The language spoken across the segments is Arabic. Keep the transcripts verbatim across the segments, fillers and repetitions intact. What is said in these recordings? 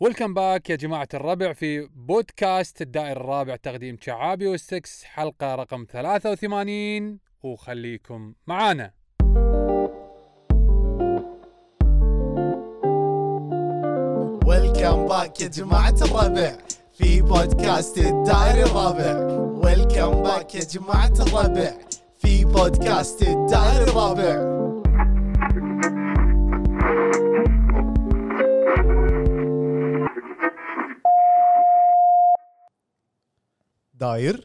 ويلكم باك يا جماعة الربع في بودكاست الدائري الرابع، تقديم شعابي والسكس، حلقة رقم ثلاثة وثمانين، وخليكم معانا. ويلكم باك يا جماعة الربع في بودكاست الدائري الرابع. ويلكم باك يا جماعة الربع في بودكاست الدائري الرابع. داير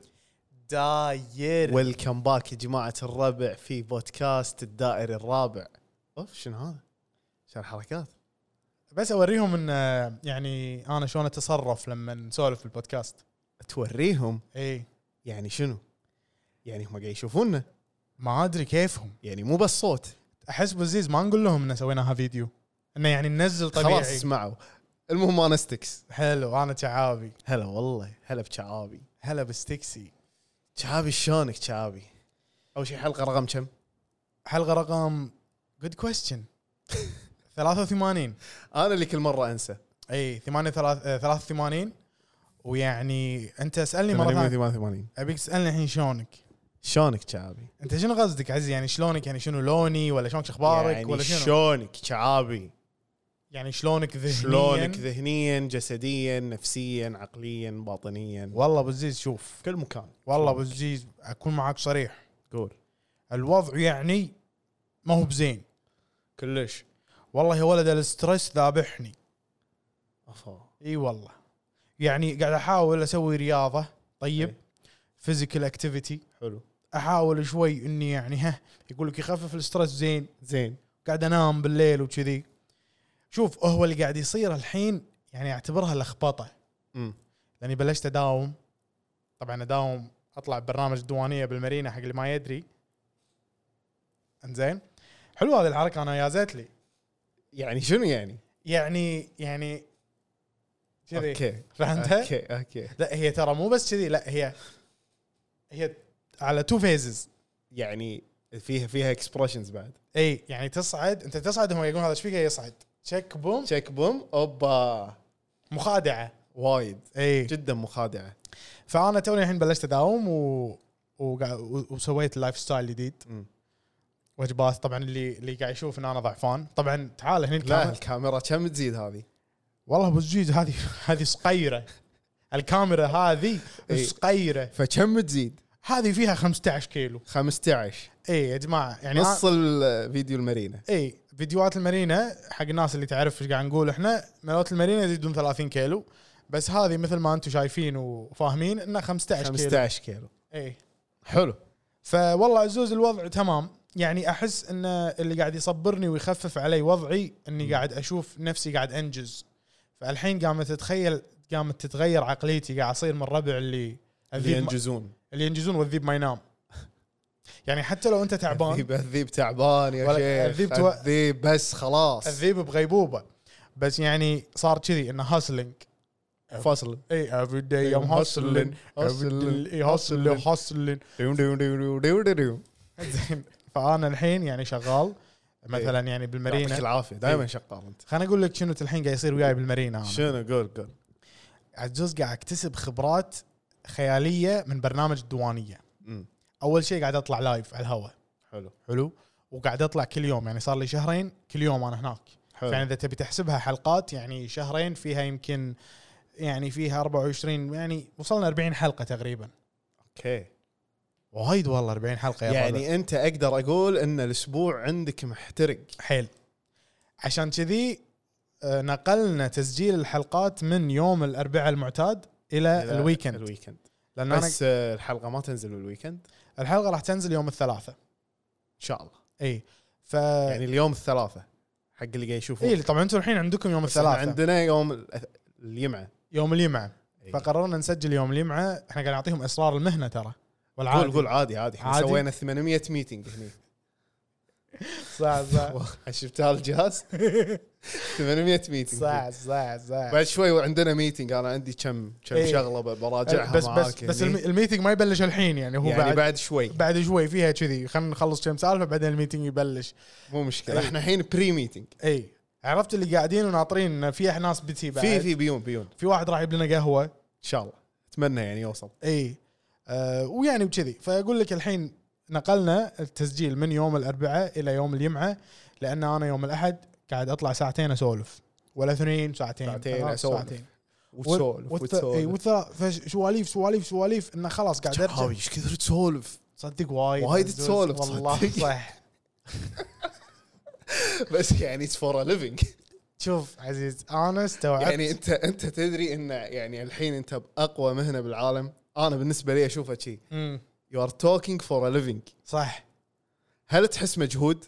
داير ويلكم باك يا جماعة الربع في بودكاست الدائري الرابع. اوف شنو هذا؟ شو الحركات؟ بس اوريهم ان يعني انا شلون اتصرف لما نسولف في البودكاست. توريهم؟ اي يعني شنو؟ يعني هم قاعد يشوفونا؟ ما ادري كيفهم، يعني مو بس صوت. احس بزيز ما نقول لهم ان سويناها فيديو، انه يعني ننزل طبيعي. خلاص اسمعوا. المهم انا ستكس. حلو، انا شعابي. هلا والله، هلا بشعابي. هلا بستكسي. شعابي شلونك شعابي؟ اول شيء حلقه رقم كم؟ حلقه رقم جود كويستشن ثلاثة وثمانين. انا اللي كل مره انسى. اي ثمانية ثلاثة وثمانين. ويعني انت اسالني مره ثانيه ثمانية وثمانين. ابيك تسالني الحين شلونك. شلونك شعابي؟ انت شنو قصدك عزيز؟ يعني شلونك يعني شنو لوني ولا شلونك اخبارك يعني ولا شنو؟ شلونك شعابي؟ يعني شلونك ذهنيا؟ شلونك ذهنيا، جسديا، نفسيا، عقليا، باطنيا؟ والله بزيز شوف كل مكان. والله بزيز اكون معاك صريح، قول. الوضع يعني ما هو بزين كلش. والله يا ولد، الاسترس ذابحني. افا اي والله، يعني قاعد احاول اسوي رياضه طيب، فيزيكال اكتيفيتي حلو. احاول شوي اني يعني ها يقول لك يخفف الاسترس. زين زين. قاعد انام بالليل وكذي. شوف هو اللي قاعد يصير الحين يعني اعتبرها لخبطه، امم لاني بلشت اداوم. طبعا اداوم اطلع برنامج الديوانيه بالمارينا حق اللي ما يدري. انزين، حلو هذه الحركه، انا يازت لي. يعني شنو يعني؟ يعني يعني كذي، اوكي فهمتها؟ اوكي اوكي. لا هي ترى مو بس كذي، لا هي هي على تو فيزز. يعني فيها فيها اكسبريشنز بعد. اي يعني تصعد، انت تصعد هم يقولون هذا ايش فيك يصعد، تشيك بوم، تشيك بوم. اوبا مخادعه وايد. اي جدا مخادعه. فانا توني الحين بلشت اداوم و... وقا... وسويت اللايف ستايل جديد. م. وجبات طبعا اللي اللي قاعد يشوف ان انا ضعفان. طبعا تعال هنا لا الكاميرا. الكاميرا كم تزيد هذه؟ والله بوجيد هذه هذه صقيره. الكاميرا هذه صقيره. فكم تزيد؟ هذه فيها خمسة عشر كيلو. خمسة عشر. اي يا جماعه يعني نص الفيديو المارينا. اي فيديوهات المارينا حق الناس اللي تعرف ايش قاعد نقول احنا، مالات المارينا يزيدون ثلاثين كيلو، بس هذه مثل ما انتم شايفين وفاهمين انها خمسة عشر كيلو. خمسة عشر كيلو. اي حلو. فوالله عزوز الوضع تمام. يعني احس ان اللي قاعد يصبرني ويخفف علي وضعي اني م. قاعد اشوف نفسي قاعد انجز. فالحين قامت تتخيل قامت تتغير عقليتي، قاعد اصير من الربع اللي اللي ينجزون ما... اللي ينجزون والذيب ما ينام. يعني حتى لو انت تعبان، الذيب الذيب تعبان يا شيخ. الذيب, تو... الذيب بس خلاص. الذيب بغيبوبه، بس يعني صار كذي انه هاسلينج فاصل. اي every day I'm hustling hustling hustling hustling. زين. فانا الحين يعني شغال مثلا يعني بالمارينا. يعطيك العافيه دائما شغال انت. خليني اقول لك شنو الحين قاعد يصير وياي بالمارينا. أنا شنو؟ قول قول. عجوز قاعد اكتسب خبرات خياليه من برنامج الديوانيه. م. اول شيء قاعد اطلع لايف على الهواء. حلو حلو. وقاعد اطلع كل يوم، يعني صار لي شهرين كل يوم انا هناك. يعني اذا تبي تحسبها حلقات، يعني شهرين فيها يمكن يعني فيها أربعة وعشرين، يعني وصلنا أربعين حلقه تقريبا. اوكي وايد والله أربعين حلقه يا يعني ربع. انت اقدر اقول ان الاسبوع عندك محترق حيل. عشان كذي نقلنا تسجيل الحلقات من يوم الاربعاء المعتاد الى, إلى الويكند. الويكند لان بس أنا الحلقه ما تنزل بالويكند. الحلقه راح تنزل يوم الثلاثاء ان شاء الله. اي ف يعني اليوم الثلاثاء حق اللي قاعد يشوفون. اي طبعا انتم الحين عندكم يوم الثلاثاء، عندنا يوم الجمعه. يوم الجمعه. فقررنا نسجل يوم الجمعه. احنا قاعد نعطيهم اسرار المهنه ترى. والعادي قول قول عادي عادي. احنا سوينا ثمانمية ميتنج هني. صح صح. شفت هالجهاز؟ ثمانمية ميتنج. صح صح صح. بعد شوي عندنا ميتنج. انا عندي كم كم ايه. شغله براجعها بس معاك. بس بس الميتنج ما يبلش الحين، يعني هو يعني بعد بعد شوي بعد شوي فيها كذي. خلينا نخلص كم سالفه بعدين الميتنج يبلش. مو مشكله. احنا الحين بري ميتنج. اي عرفت اللي قاعدين وناطرين ان في ناس بتي بعد في في بيون بيون في واحد راح يجيب لنا قهوه ان شاء الله اتمنى يعني يوصل. اي آه ويعني وكذي. فاقول لك الحين نقلنا التسجيل من يوم الاربعاء الى يوم الجمعه، لان انا يوم الاحد قاعد اطلع ساعتين اسولف، ولا اثنين ساعتين ساعتين خلاص أسولف. ساعتين وتسولف والث... اي وتسولف والث... سواليف سواليف سواليف انه خلاص قاعد ارجع. حاوي ايش كثر تسولف صدق وايد وايد عزوز. تسولف والله صدق. صح. بس يعني اتس فور ا ليفينج. شوف عزيز انا استوعبت يعني انت انت تدري ان يعني الحين انت باقوى مهنه بالعالم. انا بالنسبه لي اشوفها شيء مم. يو ار توكينج فور ا ليفينج. صح. هل تحس مجهود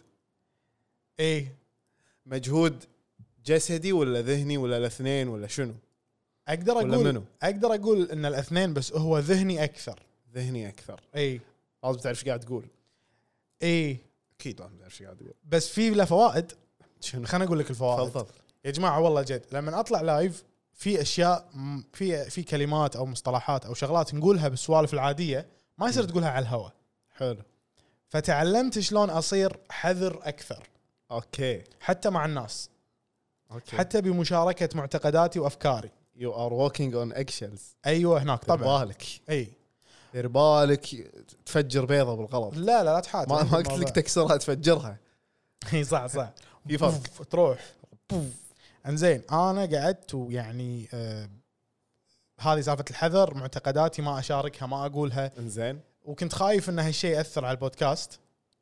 ايه مجهود جسدي ولا ذهني ولا الاثنين ولا شنو؟ اقدر ولا اقول منو؟ اقدر اقول ان الاثنين، بس هو ذهني اكثر. ذهني اكثر. اي لازم تعرف ايش قاعد تقول. اي اكيد لازم تعرف ايش قاعد تقول. بس في له فوائد. شنو؟ خليني اقول لك الفوائد. تفضل. يا جماعه والله جد لما اطلع لايف في اشياء م- في في كلمات او مصطلحات او شغلات نقولها بالسوالف العاديه ما يصير تقولها على الهواء. حلو. فتعلمت شلون اصير حذر اكثر اوكي حتى مع الناس، اوكي. حتى بمشاركه معتقداتي وافكاري. يو ار ووكينج اون اكشلز. ايوه هناك طبعا. بالك اي دير بالك تفجر بيضه بالغلط. لا لا لا تحات. ما ما قلت لك تكسرها تفجرها. اي صح صح. في فرق. بوف، تروح بوف. انزين انا قعدت ويعني آه هذه سالفه الحذر، معتقداتي ما اشاركها ما اقولها، انزين. وكنت خايف ان هالشيء ياثر على البودكاست.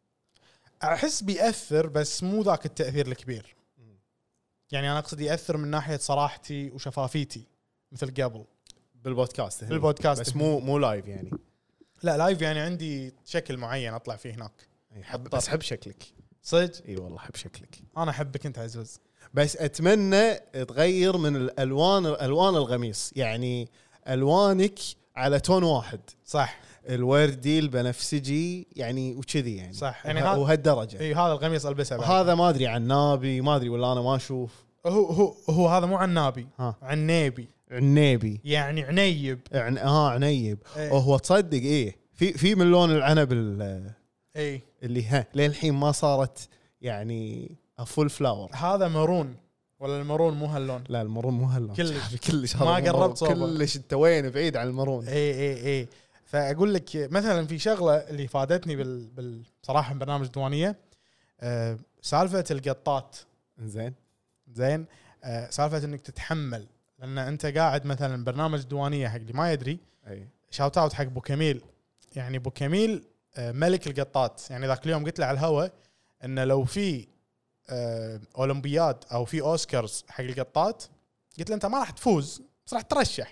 احس بيأثر بس مو ذاك التاثير الكبير. يعني انا اقصد ياثر من ناحيه صراحتي وشفافيتي مثل قبل بالبودكاست هنا. بالبودكاست بس مو مو لايف يعني. لا لايف يعني عندي شكل معين اطلع فيه هناك. أي حب بس حب شكلك. صدق اي والله حب شكلك. انا احبك انت عزوز. بس اتمنى تغير من الالوان الوان القميص. يعني الوانك على تون واحد. صح الوردي البنفسجي يعني وكذي يعني. صح. يعني يعني ها- وهالدرجه. اي هذا القميص البسه بعد. هذا ما ادري عنابي ما ادري ولا انا ما اشوف. هو هو هو هذا مو عنابي، ها عنيبي عنيبي. يعني عنيب. عن... ها عنيب. إيه. هو تصدق ايه في في من لون العنب ال- اي اللي ها للحين ما صارت يعني فول فلاور. هذا مارون ولا المارون مو هاللون. لا المرون مو هاللون. كلش. كلش ما هذا مو قربت صوبه. كلش انت وين بعيد عن المرون. اي اي اي فاقول لك مثلا في شغله اللي فادتني بال بالصراحه برنامج الديوانيه، آه سالفه القطات. زين زين آه سالفه انك تتحمل، لان انت قاعد مثلا برنامج الديوانيه حق اللي ما يدري، اي شاوت اوت حق ابو كميل. يعني ابو كميل آه ملك القطات. يعني ذاك اليوم قلت له على الهواء انه لو في آه اولمبياد او في اوسكارز حق القطات، قلت له انت ما راح تفوز بس راح ترشح.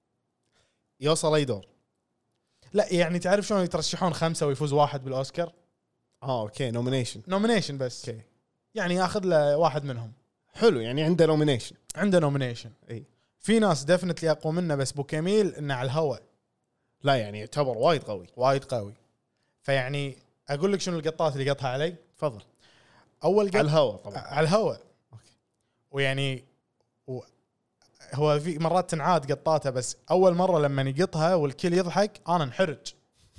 يوصل اي دور. لا يعني تعرف شلون يترشحون خمسه ويفوز واحد بالاوسكار؟ اه اوكي نومينيشن. نومينيشن بس. اوكي يعني ياخذ له واحد منهم. حلو يعني عنده نومينيشن. عنده نومينيشن. اي في ناس دفنتلي اقوى منه، بس ابو كميل انه على الهواء لا يعني يعتبر وايد قوي. وايد قوي. فيعني اقول لك شنو القطات اللي قطها علي. تفضل. اول قط على الهواء طبعا. على الهواء. اوكي. ويعني و... هو في مرات تنعاد قطاته، بس اول مره لما يقطها والكل يضحك انا انحرج.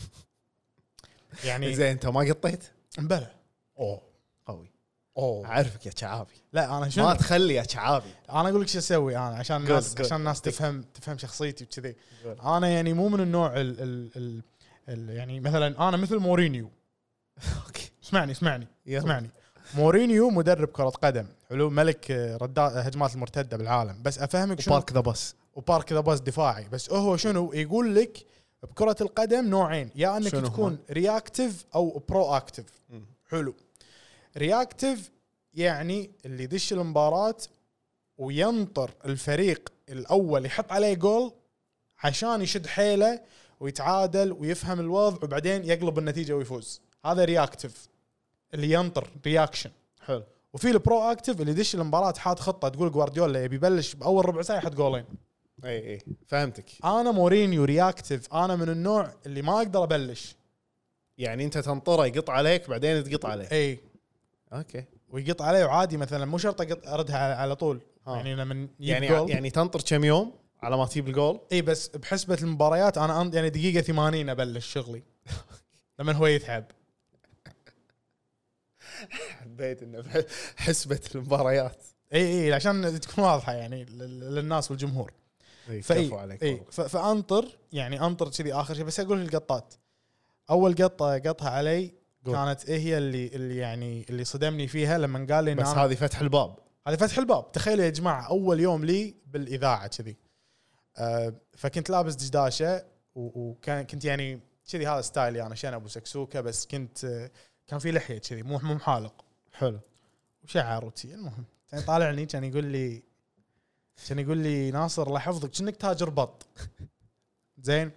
يعني زين انت ما قطيت. بلى اوه قوي. اوه اعرفك يا شعابي. لا انا شنو ما تخلي يا شعابي. انا اقول لك شو اسوي انا عشان Good, الناس good. عشان الناس تفهم تفهم شخصيتي وكذي. Good. انا يعني مو من النوع ال ال ال ال يعني مثلا انا مثل مورينيو. اوكي اسمعني اسمعني يلا. اسمعني مورينيو مدرب كرة قدم حلو، ملك ردات هجمات المرتدة بالعالم، بس افهمك شنو بارك ذا بس. وبارك ذا باس دفاعي. بس هو شنو يقول لك بكرة القدم نوعين، يا انك شنو تكون رياكتيف او برو اكتيف. مم. حلو. رياكتيف يعني اللي يدش المباراة وينطر الفريق الاول يحط عليه جول عشان يشد حيله ويتعادل ويفهم الوضع وبعدين يقلب النتيجة ويفوز. هذا رياكتيف اللي ينطر رياكشن. حلو. وفي البرو اكتيف اللي يدش المباراة حاط خطة، تقول جوارديولا يبي يبلش باول ربع ساعة يحط جولين. اي اي فهمتك. انا مورينيو رياكتيف، انا من النوع اللي ما اقدر ابلش. يعني انت تنطره يقط عليك بعدين تقط عليه. اي اوكي. ويقط عليه وعادي، مثلا مو شرط اقط اردها على, على طول. آه. يعني لما يعني جول. يعني تنطر كم يوم على ما تجيب الجول. اي بس بحسبة المباريات انا أن- يعني دقيقة ثمانين ابلش شغلي لما هو يتعب. حبيت انه حسبة المباريات. اي اي عشان تكون واضحه يعني لل- للناس والجمهور. إيه، فاي كفو عليك اي والله. ف- فانطر يعني انطر كذي اخر شيء. بس اقول القطات، اول قطه قطها علي قول. كانت ايه هي اللي اللي يعني اللي صدمني فيها لما قال لي ان بس أنا هذه فتح الباب. هذا فتح الباب. تخيلوا يا جماعه اول يوم لي بالاذاعه كذي، أه فكنت لابس دشداشه و- وكان كنت يعني كذي هذا ستايلي انا شنب وسكسوكه، بس كنت آه، كان في لحيه كذي مو مو محالق حلو. وشعر وتي. المهم كان طالعني كان يقول لي كان يقول لي ناصر الله يحفظك كأنك تاجر بط. زين.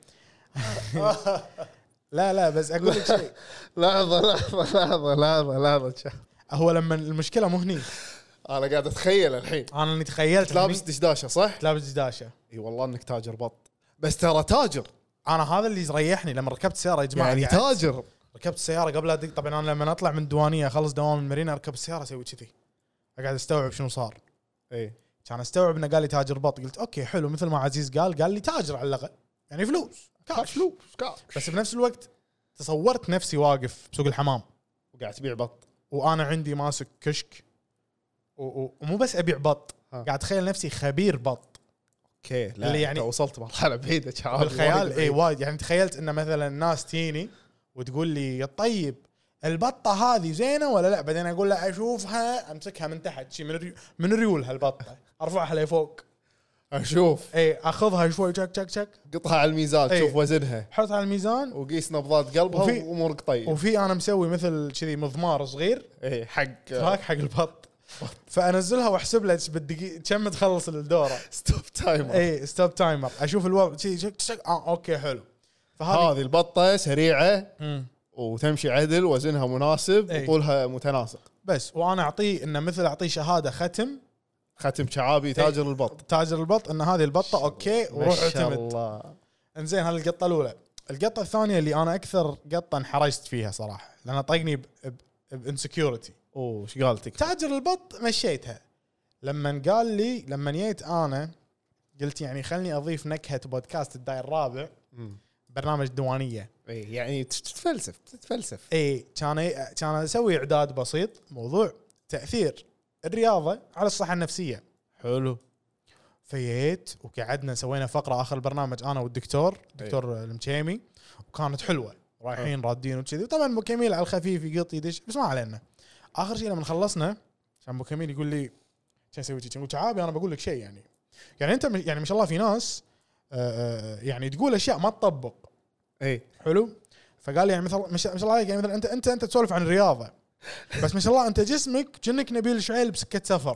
لا لا بس اقول لك شيء، لحظه لحظه لحظه لحظه لحظه هو لما المشكله مو هني، انا قاعد اتخيل الحين انا اني تخيلت لابس هني دشداشه صح؟ لابس دشداشه. اي والله انك تاجر بط، بس ترى تاجر انا هذا اللي يريحني لما ركبت السياره يا جماعه. يعني قعدت- تاجر. ركبت السياره قبل لا ادق. طبعا انا لما اطلع من الديوانيه اخلص دوام المارينا اركب السياره اسوي كذي، اقعد استوعب شنو صار. اي كان استوعب انه قال لي تاجر بط، قلت اوكي حلو مثل ما عزيز قال قال لي تاجر على الاقل يعني فلوس كاش. فلوس كاش. بس بنفس الوقت تصورت نفسي واقف بسوق الحمام وقاعد تبيع بط. وانا عندي ماسك كشك و- و- ومو بس ابيع بط، ها. قاعد اتخيل نفسي خبير بط. اوكي لا اللي يعني- أنت وصلت مرحله بعيده شعار بالخيال اي وايد يعني. تخيلت ان مثلا الناس تيني وتقول لي يا طيب البطه هذه زينه ولا لا، بعدين اقول لا اشوفها امسكها من تحت شي من الريو من ريولها البطه ارفعها لفوق، اشوف اي اخذها شوي شك شك شك قطها على الميزان إيه. تشوف وزنها حطها على الميزان. وقيس نبضات قلبها وفي- وامورك طيب. وفي انا مسوي مثل كذي مضمار صغير اي حق تراك حق البط، فانزلها واحسب له بالدقيقه كم تخلص الدوره. ستوب تايمر. اي ستوب تايمر اشوف الوضع شي شك شك اه اوكي حلو. فهذه هذه البطه سريعه مم. وتمشي عدل وزنها مناسب إيه. وطولها متناسق. بس وانا اعطيه انه مثل اعطيه شهاده ختم ختم شعابي تاجر البط. تاجر البط ان هذه البطه اوكي وروح ما شاء اعتمد. الله. انزين هذه القطه الاولى. القطه الثانيه اللي انا اكثر قطه انحرجت فيها صراحه لانها طقني بانسكيورتي. اوه ايش قالتك؟ تاجر البط مشيتها لما قال لي لما جيت انا قلت يعني خلني اضيف نكهه بودكاست الداير الرابع مم. برنامج دوانيه. اي يعني تتفلسف تتفلسف. اي كان كان اسوي اعداد بسيط موضوع تاثير الرياضه على الصحه النفسيه. حلو. فيت وقعدنا سوينا فقره اخر البرنامج انا والدكتور دكتور المشيمي وكانت حلوه رايحين رادين وكذي. طبعا ابو كميل على الخفيف يقط يدش بس ما علينا. اخر شيء لما خلصنا كان ابو كميل يقول لي شو اسوي كذي؟ قلت عابي انا بقول لك شيء يعني يعني انت يعني ما شاء الله في ناس آآ آآ يعني تقول اشياء ما تطبق. اي حلو. فقال لي يعني مثلا ما شاء الله عليك يعني مثلا انت انت انت تسولف عن الرياضه بس ما شاء الله انت جسمك كأنك نبيل شعيل بسكه سفر.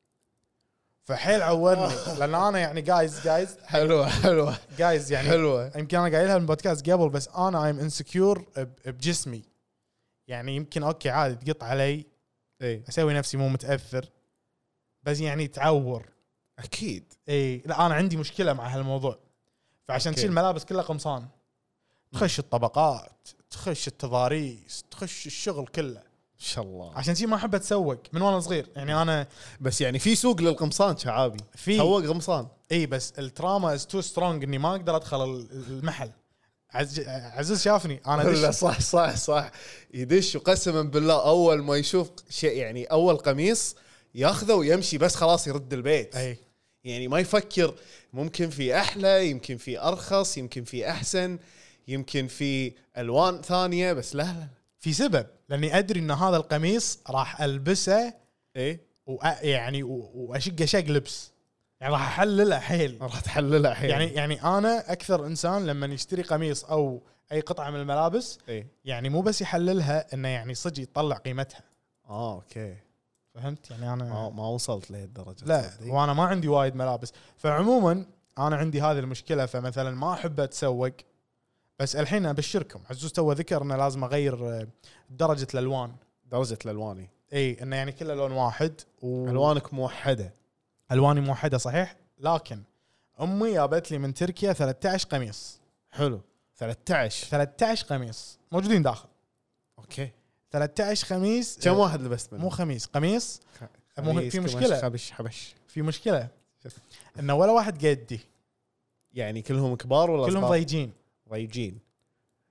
فحيل عورني لان انا يعني جايز جايز حلوه حلوه جايز يعني حلوه. يمكن انا قايلها بالبودكاست قبل بس انا ايم انسكيور بجسمي يعني يمكن اوكي عادي تقط علي اي اسوي نفسي مو متاثر بس يعني تعور. اكيد. اي لا انا عندي مشكله مع هالموضوع. فعشان أوكي. تشيل الملابس كلها قمصان تخش الطبقات تخش التضاريس تخش الشغل كله ان شاء الله. عشان شي ما احب اتسوق من وانا صغير يعني انا بس يعني في سوق للقمصان شعابي. في سوق قمصان. اي بس التراما از تو سترونج اني ما اقدر ادخل المحل. عز... عزوز شافني انا لا دش صح صح صح يدش وقسما بالله اول ما يشوف شيء يعني اول قميص ياخذه ويمشي بس خلاص يرد البيت. اي يعني ما يفكر ممكن في احلى يمكن في ارخص يمكن في احسن يمكن في الوان ثانيه بس لا لا. في سبب لاني ادري ان هذا القميص راح البسه ايه وأ... يعني و... واشقه شق لبس يعني راح احلله حيل راح تحللها الحين. يعني يعني انا اكثر انسان لما يشتري قميص او اي قطعه من الملابس ايه يعني مو بس يحللها انه يعني صدق يطلع قيمتها. اه اوكي. فهمت يعني انا ما, ما وصلت لهالدرجه. لا تصدق؟ وانا ما عندي وايد ملابس فعموما انا عندي هذه المشكله فمثلا ما احب اتسوق. بس الحين ابشركم عزوز تو ذكر انه لازم اغير درجه الالوان. درجه الالواني. اي انه يعني كله لون واحد و... الوانك موحده. الواني موحده صحيح لكن امي جابت لي من تركيا ثلاثة عشر قميص. حلو. ثلاثة عشر ثلاثة عشر قميص موجودين داخل. اوكي. ثلاثة عشر خميس. كم واحد لبست منه؟ مو خميس قميص. مو خميس، في كمش، مشكله حبش حبش. في مشكله انه ولا واحد قدي يعني كلهم كبار ولا كلهم صغار؟ ضيجين. ضيجين.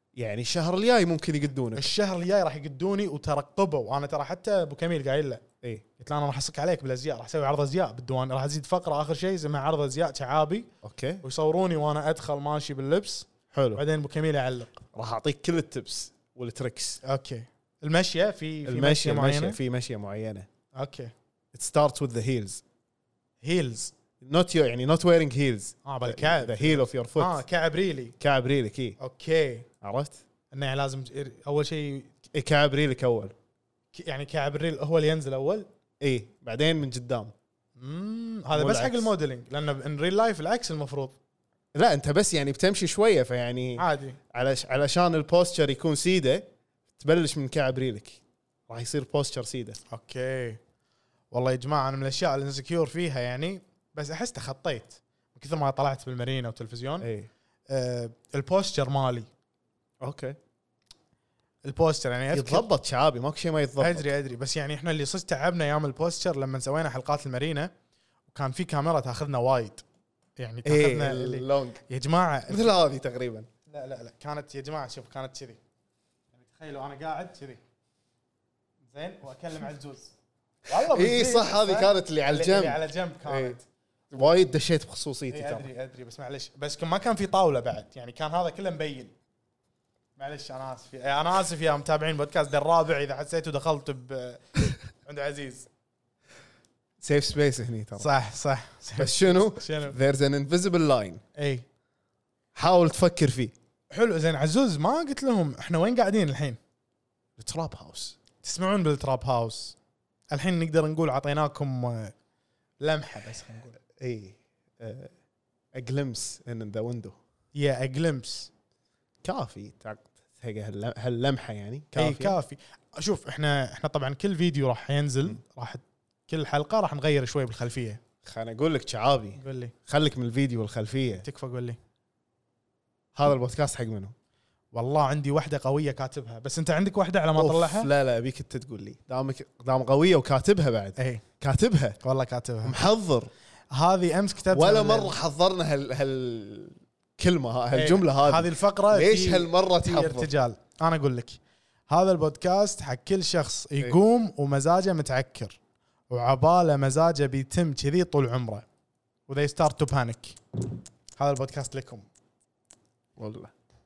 يعني الشهر الجاي ممكن يقدونك. الشهر الجاي راح يقدوني وترقبوا. وانا ترى حتى ابو كميل قايل له اي قلت له انا راح اسك عليك بالازياء، راح اسوي عرض ازياء بالديوان، راح ازيد فقره اخر شيء اسمها عرض ازياء شعابي، اوكي ويصوروني وانا ادخل ماشي باللبس، حلو. بعدين ابو كميل يعلق. راح اعطيك كل التبس والتريكس. اوكي. المشيه في في المشي مشيه معينه. في مشيه معينه. اوكي. It starts with the heels. هيلز. Not your يعني not wearing heels. اه بالكعب. The heel of your foot. اه كعب ريلي. كعب ريلك اي. اوكي. عرفت؟ انه يعني لازم اول شيء إيه كعب ريلك اول. يعني كعب الريل هو اللي ينزل اول. اي بعدين من قدام. امم هذا مو بس حق العكس. الموديلنج، لانه ان ريل لايف العكس المفروض. لا انت بس يعني بتمشي شويه فيعني عادي. علش علشان البوستشر يكون سيده تبلش من كعب ريلك راح يصير بوستشر سيده. اوكي. والله يا جماعه انا من الاشياء اللي انسكيور فيها يعني، بس احس تخطيت من كثر ما طلعت بالمارينا والتلفزيون. اي آه البوستشر مالي. اوكي. البوستشر يعني أذكر- يتضبط شعابي ماكو شيء ما يتضبط. ادري ادري بس يعني احنا اللي صدق تعبنا ايام البوستشر لما سوينا حلقات المارينا وكان في كاميرا تاخذنا وايد، يعني ايه تاخذنا اللي اللونج يا جماعه مثل هذه تقريبا. لا لا لا كانت يا جماعه شوف كانت كذي، يعني تخيلوا انا قاعد كذي زين واكلم عزوز والله اي صح هذه كانت اللي على اللي الجنب. على جنب كانت. إيه. وايد دشيت بخصوصيتي إيه ترى. ادري ادري بس معلش، بس كان ما كان في طاوله بعد، يعني كان هذا كله مبين. معلش انا اسف انا اسف يا متابعين بودكاست الرابع اذا حسيتوا دخلت ب عند عزيز. سيف سبيس هني ترى. صح صح. بس شنو؟ شنو؟ there's an invisible line. اي حاول تفكر فيه. حلو. زين عزوز ما قلت لهم احنا وين قاعدين الحين؟ التراب هاوس. تسمعون بالتراب هاوس الحين، نقدر نقول عطيناكم آه، لمحه بس خلينا نقول. اي a glimpse in the window. يا اجلمس كافي تحق هاللمحه يعني كافي. كافي. كافي. شوف احنا احنا طبعا كل فيديو راح ينزل راح كل حلقه راح نغير شوي بالخلفيه. خليني اقول لك شعابي قول لي خليك من الفيديو والخلفيه. تكفى قول لي. هذا البودكاست حق منه؟ والله عندي واحده قويه كاتبها، بس انت عندك واحده على ما اطلعها. لا لا ابيك انت تقول لي دامك دام قويه وكاتبها بعد. اي كاتبها والله كاتبها. محضر. هذه امس كتبتها ولا من- مره حضرنا هال هالكلمه هالجمله إيه، هذه. هذه الفقره ليش في- هالمره في تحضر؟ ارتجال. انا اقول لك هذا البودكاست حق كل شخص يقوم ومزاجه متعكر وعباله مزاجه بيتم كذي طول عمره وذي ستارت تو بانيك. هذا البودكاست لكم والله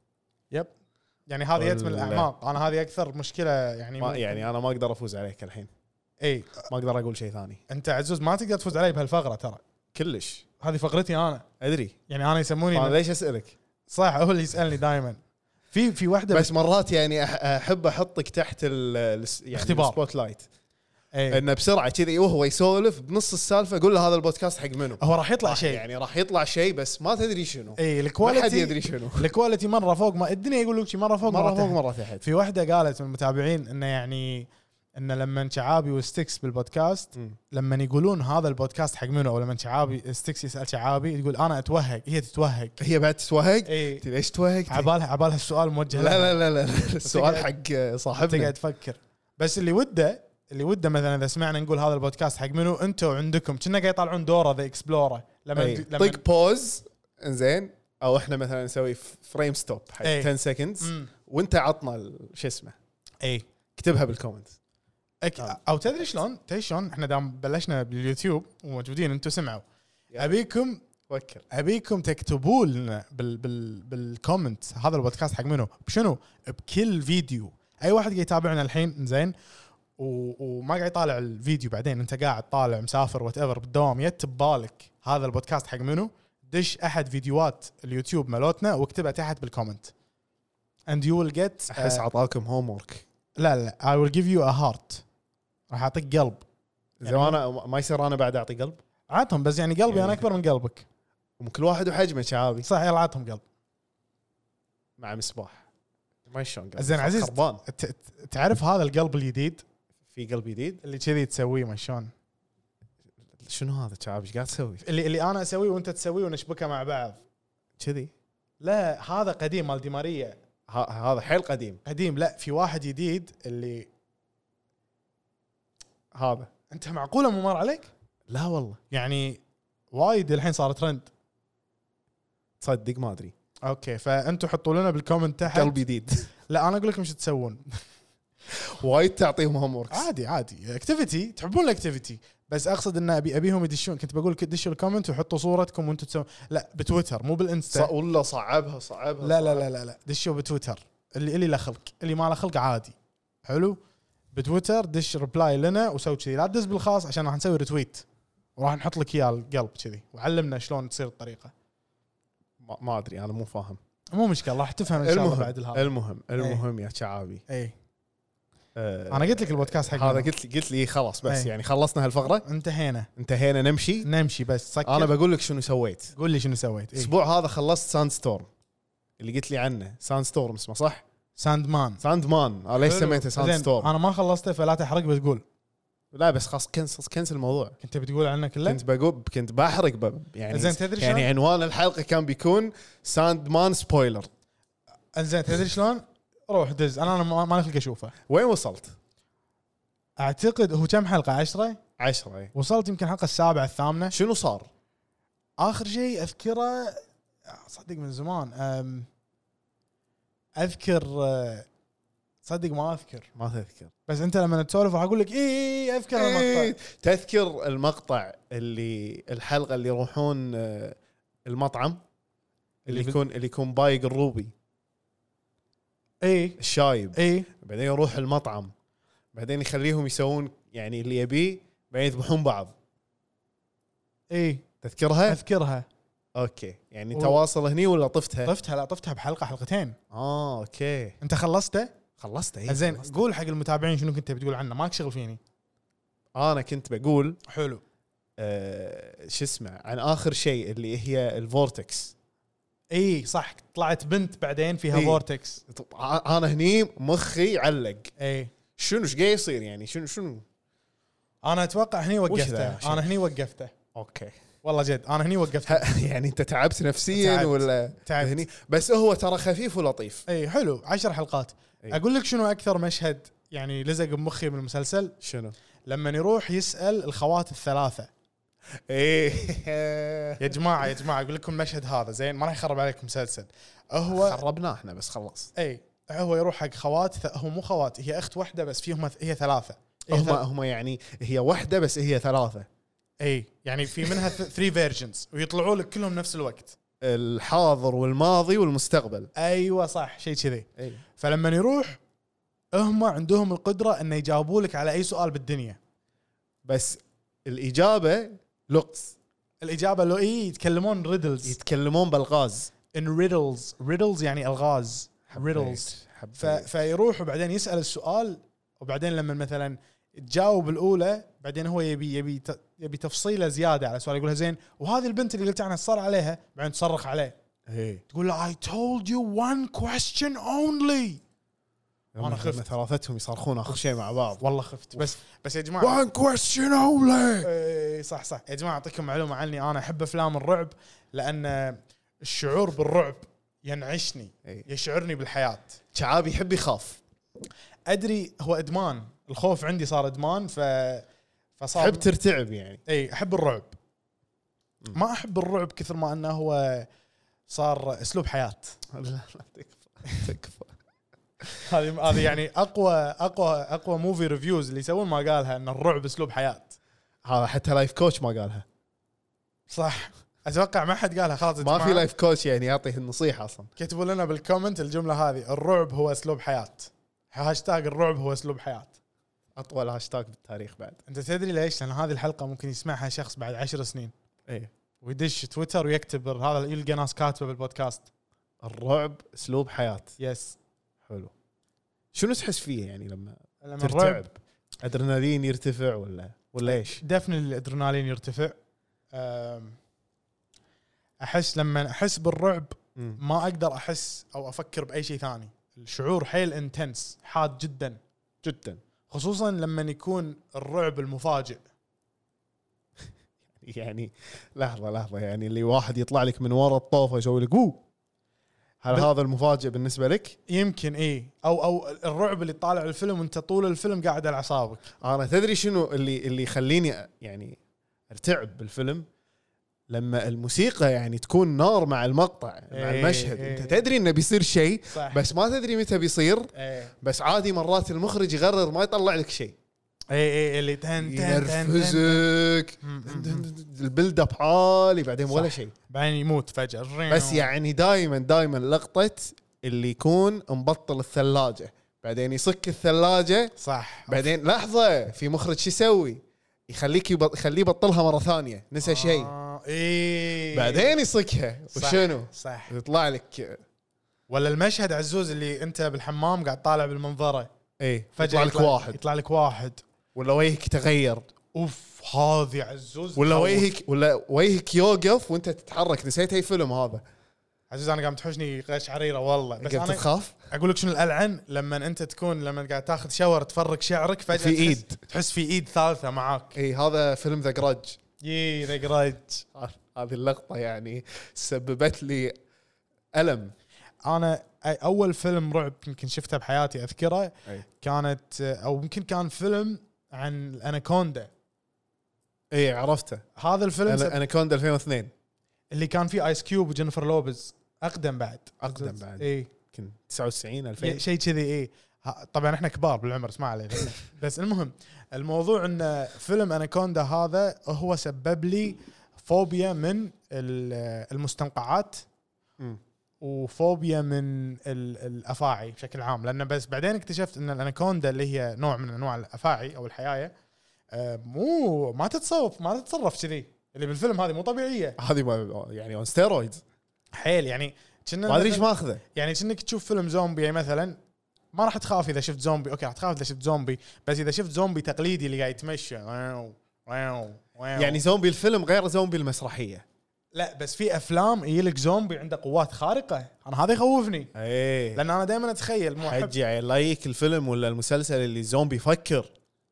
يب. يعني هذه يت من والله. الاعماق. انا هذه اكثر مشكله يعني ما ممكن- يعني انا ما اقدر افوز عليك الحين. اي ما اقدر اقول شيء ثاني انت عزوز ما تقدر تفوز علي بهالفقره ترى. كلش. هذه فقرتي انا، ادري يعني انا يسموني انا ليش اسالك؟ صح هو اللي يسالني دائما. في في واحده بس مرات يعني أح- احب احطك تحت ال يعني اختبار. السبوت لايت. اي انه بسرعه كذي وهو يسولف بنص السالفه اقول له هذا البودكاست حق منو. هو راح يطلع راح شيء. يعني راح يطلع شيء بس ما تدري شنو. اي ما حد الكواليتي يدري شنو. الكواليتي مره فوق ما الدنيا يقول لك شي مره فوق مره فوق تحت. مره تحت. في واحده قالت من المتابعين انه يعني انه لما شعابي وستكس بالبودكاست مم. لما يقولون هذا البودكاست حق منو، او لما شعابي ستكس يسال شعابي تقول انا اتوهق، هي تتوهق. هي بعد تتوهق. اي أنت ليش توهق؟ عبالها عبالها السؤال موجه لا لها. لا لا لا السؤال تقعد- حق صاحبنا. تقعد تفكر. بس اللي وده اللي وده مثلا اذا سمعنا نقول هذا البودكاست حق منو، انتوا عندكم كنا قاعد يطلعون دوره ذا اكسبلورر لما أي. لما طق بوز انزين او احنا مثلا نسوي فريم ستوب حق أي. عشرة سكندز مم. وانت عطنا ال- شو اسمه اي اكتبها بالكومنت. أك... آه. او تدري شلون تدري شلون احنا دام بلشنا باليوتيوب وموجودين انتم سمعوا، يلا. ابيكم فكر. ابيكم تكتبوا لنا بال بال بالكومنت هذا البودكاست حق منو بشنو بكل فيديو. اي واحد قاعد يتابعنا الحين زين و... وما قاعد يطالع الفيديو بعدين انت قاعد طالع مسافر وات ايفر بالدوام يت ببالك هذا البودكاست حق منو، دش احد فيديوهات اليوتيوب مالتنا واكتبها تحت بالكومنت and you will get احس uh, عطاكم هوم ورك. لا لا I will give you a heart. راح اعطيك قلب. زين انا ما يصير انا بعد اعطي قلب. عطهم بس يعني قلبي يعني- انا اكبر من قلبك. وكل واحد وحجمه شعابي صح يلا عطهم قلب. مع مصباح. ما شلون قلب زين عزيز خربان. ت- ت- تعرف هذا القلب الجديد في قلب جديد. اللي كذي تسويه ما شلون، شنو هذا شعابي ايش قاعد تسوي اللي اللي انا اسويه وانت تسويه ونشبكه مع بعض. كذي؟ لا هذا قديم مال دي ماريا ه- هذا حيل قديم. قديم. لا في واحد جديد اللي هذا انت معقوله مو مر عليك لا والله يعني وايد الحين صار ترند. تصدق ما ادري. اوكي فانتم حطوا لنا بالكومنت تحت قلب جديد. لا انا اقول لكم شو تسوون. وايد تعطيهم هوم وركس. عادي عادي اكتيفيتي تحبون الاكتيفيتي بس اقصد ان ابي ابيهم يدشون. كنت بقول دشوا الكومنت وحطوا صورتكم وانتم تسوون لا بتويتر مو بالانستا. ولا صعبها صعبها لا لا لا لا لا دشوا بتويتر اللي اللي له خلق اللي ما له خلق عادي حلو بتويتر دش ريبلاي لنا وسوي كذي لا تدز بالخاص عشان راح نسوي ريتويت وراح نحط لك اياه القلب كذي وعلمنا شلون تصير الطريقه. ما, ما ادري انا مو فاهم. مو مشكله راح تفهم ان شاء الله بعد الهذا. المهم المهم يا شعابي اي آه انا قلت لك البودكاست حق هذا قلت لي قلت لي خلاص بس أي. يعني خلصنا هالفقره انتهينا انتهينا نمشي نمشي بس سكر. انا بقول لك شنو سويت. قول لي شنو سويت. إيه؟ الاسبوع هذا خلصت ساند ستورم اللي قلت لي عنه. ساند ستورم اسمه صح؟ ساند مان. ساند مان انا ليش سميته ساند ستورم؟ انا ما خلصته فلا تحرق بتقول. لا بس خلاص كنسل كنسل الموضوع. كنت بتقول عنه كله. كنت بقول كنت بحرق ب... يعني زين تدري يعني شلون؟ عنوان الحلقه كان بيكون ساند مان سبويلر. زين تدري شلون؟ روح دز انا ما ما نخلق اشوفه. وين وصلت؟ اعتقد هو كم حلقه عشرة عشرة اي. وصلت يمكن حلقه السابعه الثامنه. شنو صار؟ اخر شيء اذكره صدق من زمان أم اذكر صدق ما اذكر ما تذكر بس انت لما تسولف راح اقول لك اي اذكر المقطع. تذكر المقطع اللي الحلقه اللي يروحون المطعم اللي اللي يكون اللي يكون بايق الروبي اي الشايب اي بعدين يروح المطعم بعدين يخليهم يسوون يعني اللي يبيه بعدين يذبحون بعض. اي تذكرها؟ اذكرها. اوكي يعني و... تواصل هني ولا طفتها؟ طفتها لا طفتها بحلقه حلقتين. اه اوكي انت خلصته؟ خلصت اي. زين قول حق المتابعين شنو كنت بتقول عنه ماك شغل فيني. انا كنت بقول حلو آه شو اسمه عن اخر شيء اللي هي الفورتكس. اي صح طلعت بنت بعدين فيها إيه. فورتكس. انا هني مخي علق اي شنو ايش قاعد يصير يعني شنو شنو انا اتوقع هني وش وقفته. ذا؟ انا هني وقفته اوكي والله جد انا هني وقفته. يعني انت تعبت نفسيا تعبت. ولا تعبت. هني بس هو ترى خفيف ولطيف. اي حلو عشر حلقات. أي. اقول لك شنو اكثر مشهد يعني لزق بمخي من المسلسل شنو لما يروح يسال الخوات الثلاثه. ايه يا جماعه يا جماعه اقول لكم المشهد هذا زين ما راح يخرب عليكم المسلسل. هو خربناه احنا بس خلص. اي هو يروح حق خوات ث... هو مو خوات هي اخت واحده بس فيهم هي ثلاثه. هي هم ثل... هم يعني هي واحده بس هي ثلاثه. اي يعني في منها ثري فيرجنز ويطلعوا لك كلهم نفس الوقت. الحاضر والماضي والمستقبل. ايوه صح شيء كذي. أي. فلما يروح هم عندهم القدره ان يجاوبوا لك على اي سؤال بالدنيا بس الاجابه لغز. الاجابه لو اي يتكلمون ريدلز يتكلمون بالغاز. ان ريدلز ريدلز يعني الغاز ريدلز. ف... فيروح وبعدين يسال السؤال وبعدين لما مثلا تجاوب الاولى بعدين هو يبي يبي ت... يبي تفصيله زياده على سؤال يقولها زين وهذه البنت اللي قلت عنها صار عليها بعدين تصرخ عليه ايه تقول له I told you one question only. انا خفت ثلاثتهم يصرخون اخر شيء مع بعض. والله خفت بس بس يا جماعه one question only. اي صح صح يا جماعه اعطيكم معلومه عني انا احب افلام الرعب لان الشعور بالرعب ينعشني أي. يشعرني بالحياه. شعابي يحب يخاف. ادري هو ادمان الخوف عندي صار ادمان ف فصار تحب ترتعب يعني. اي احب الرعب. ما احب الرعب كثر ما انه هو صار اسلوب حياه. لا لا تكفى تكفى. هذه هذه يعني اقوى اقوى اقوى موفي ريفيوز اللي يسوون ما قالها ان الرعب اسلوب حياه. هذا حتى لايف كوتش ما قالها. صح اتوقع ما حد قالها خلاص. ما في لايف كوتش يعني يعطيه النصيحه اصلا. كتبوا لنا بالكومنت الجمله هذه الرعب هو اسلوب حياه. هاشتاج الرعب هو اسلوب حياه. اطول هاشتاج بالتاريخ بعد. انت تدري ليش؟ لان هذه الحلقه ممكن يسمعها شخص بعد عشر سنين ايه ويدش تويتر ويكتب هذا يلقى ناس كاتبه بالبودكاست الرعب اسلوب حياه. يس حلو. شنو تحس فيه يعني لما, لما ترتعب؟ ادرينالين يرتفع ولا ولا ايش؟ دفن الادرينالين يرتفع. احس لما احس بالرعب مم. ما اقدر احس او افكر باي شيء ثاني. الشعور حيل انتنس حاد جدا جدا خصوصا لما يكون الرعب المفاجئ. يعني لحظه لحظه يعني اللي واحد يطلع لك من ورا الطوفه يسوي لك اوه هل بل... هذا المفاجئ بالنسبه لك؟ يمكن ايه او او الرعب اللي طالع الفيلم وانت طول الفيلم قاعد على اعصابك. انا تدري شنو اللي اللي يخليني يعني ارتعب بالفيلم؟ لما الموسيقى يعني تكون نار مع المقطع مع إيه المشهد إيه. انت تدري انه بيصير شيء صح. بس ما تدري متى بيصير. ايه بس عادي مرات المخرج يقرر ما يطلع لك شيء ايه ايه اللي تن تن تن ينرفزك البيلد اب عالي بعدين ولا شيء بعدين يموت فجأة. بس يعني دائما دائما لقطة اللي يكون مبطل الثلاجة بعدين يصك الثلاجة صح. بعدين لحظة في مخرج شو يسوي يخليك يبط... يخليه يبطلها مرة ثانية نسى آه شيء ايه بعدين يصكها صح وشنو صح. يطلع لك ولا المشهد عزوز اللي انت بالحمام قاعد طالع بالمنظرة ايه فجأة يطلع لك واحد يطلع لك واحد ولا وجهك تغير اوف هذه عزوز ولا تخوف. وجهك ولا وجهك يوقف وانت تتحرك نسيت اي فيلم هذا عزوز انا قام تحوشني قشعريره والله. بس قمت انا تخاف اقول لك شنو الالعن لما انت تكون لما قاعد تاخذ شاور تفرك شعرك فجأة في تحس إيد. تحس في ايد ثالثة معاك. اي هذا فيلم ذا جراج يي ذا جراج. هذه اللقطة يعني سببت لي ألم. انا أي- اول فيلم رعب يمكن شفته بحياتي اذكره أي. كانت او يمكن كان فيلم عن الاناكوندا. اي عرفته هذا الفيلم سب... انا انا كوندا ألفين واثنين اللي كان فيه ايس كيوب وجينيفر لوبز اقدم بعد أقدم بعد. اي يمكن تسعة وتسعين ألفين شيء كذي اي ها- طبعا احنا كبار بالعمر اسمع علي بس, بس المهم الموضوع ان فيلم اناكوندا هذا هو سبب لي فوبيا من ال- المستنقعات مم. وفوبيا من ال- الافاعي بشكل عام لان بس بعدين اكتشفت ان الاناكوندا اللي هي نوع من انواع الافاعي او الحيايه آه، مو ما تتصرف ما تتصرف كذي اللي بالفيلم هذه مو طبيعيه هذه ما- يعني اون ستيرويدز حيل يعني كنا ما ادري ايش ماخذه. يعني كأنك تشوف فيلم زومبي مثلا ما راح تخاف اذا شفت زومبي اوكي راح تخاف اذا شفت زومبي بس اذا شفت زومبي تقليدي اللي قاعد يتمشى واو واو واو يعني زومبي الفيلم غير زومبي المسرحيه. لا بس في افلام يجيلك زومبي عنده قوات خارقه انا هذا يخوفني ايه لان انا دائما اتخيل مو أحب حجي علايك الفيلم ولا المسلسل اللي زومبي يفكر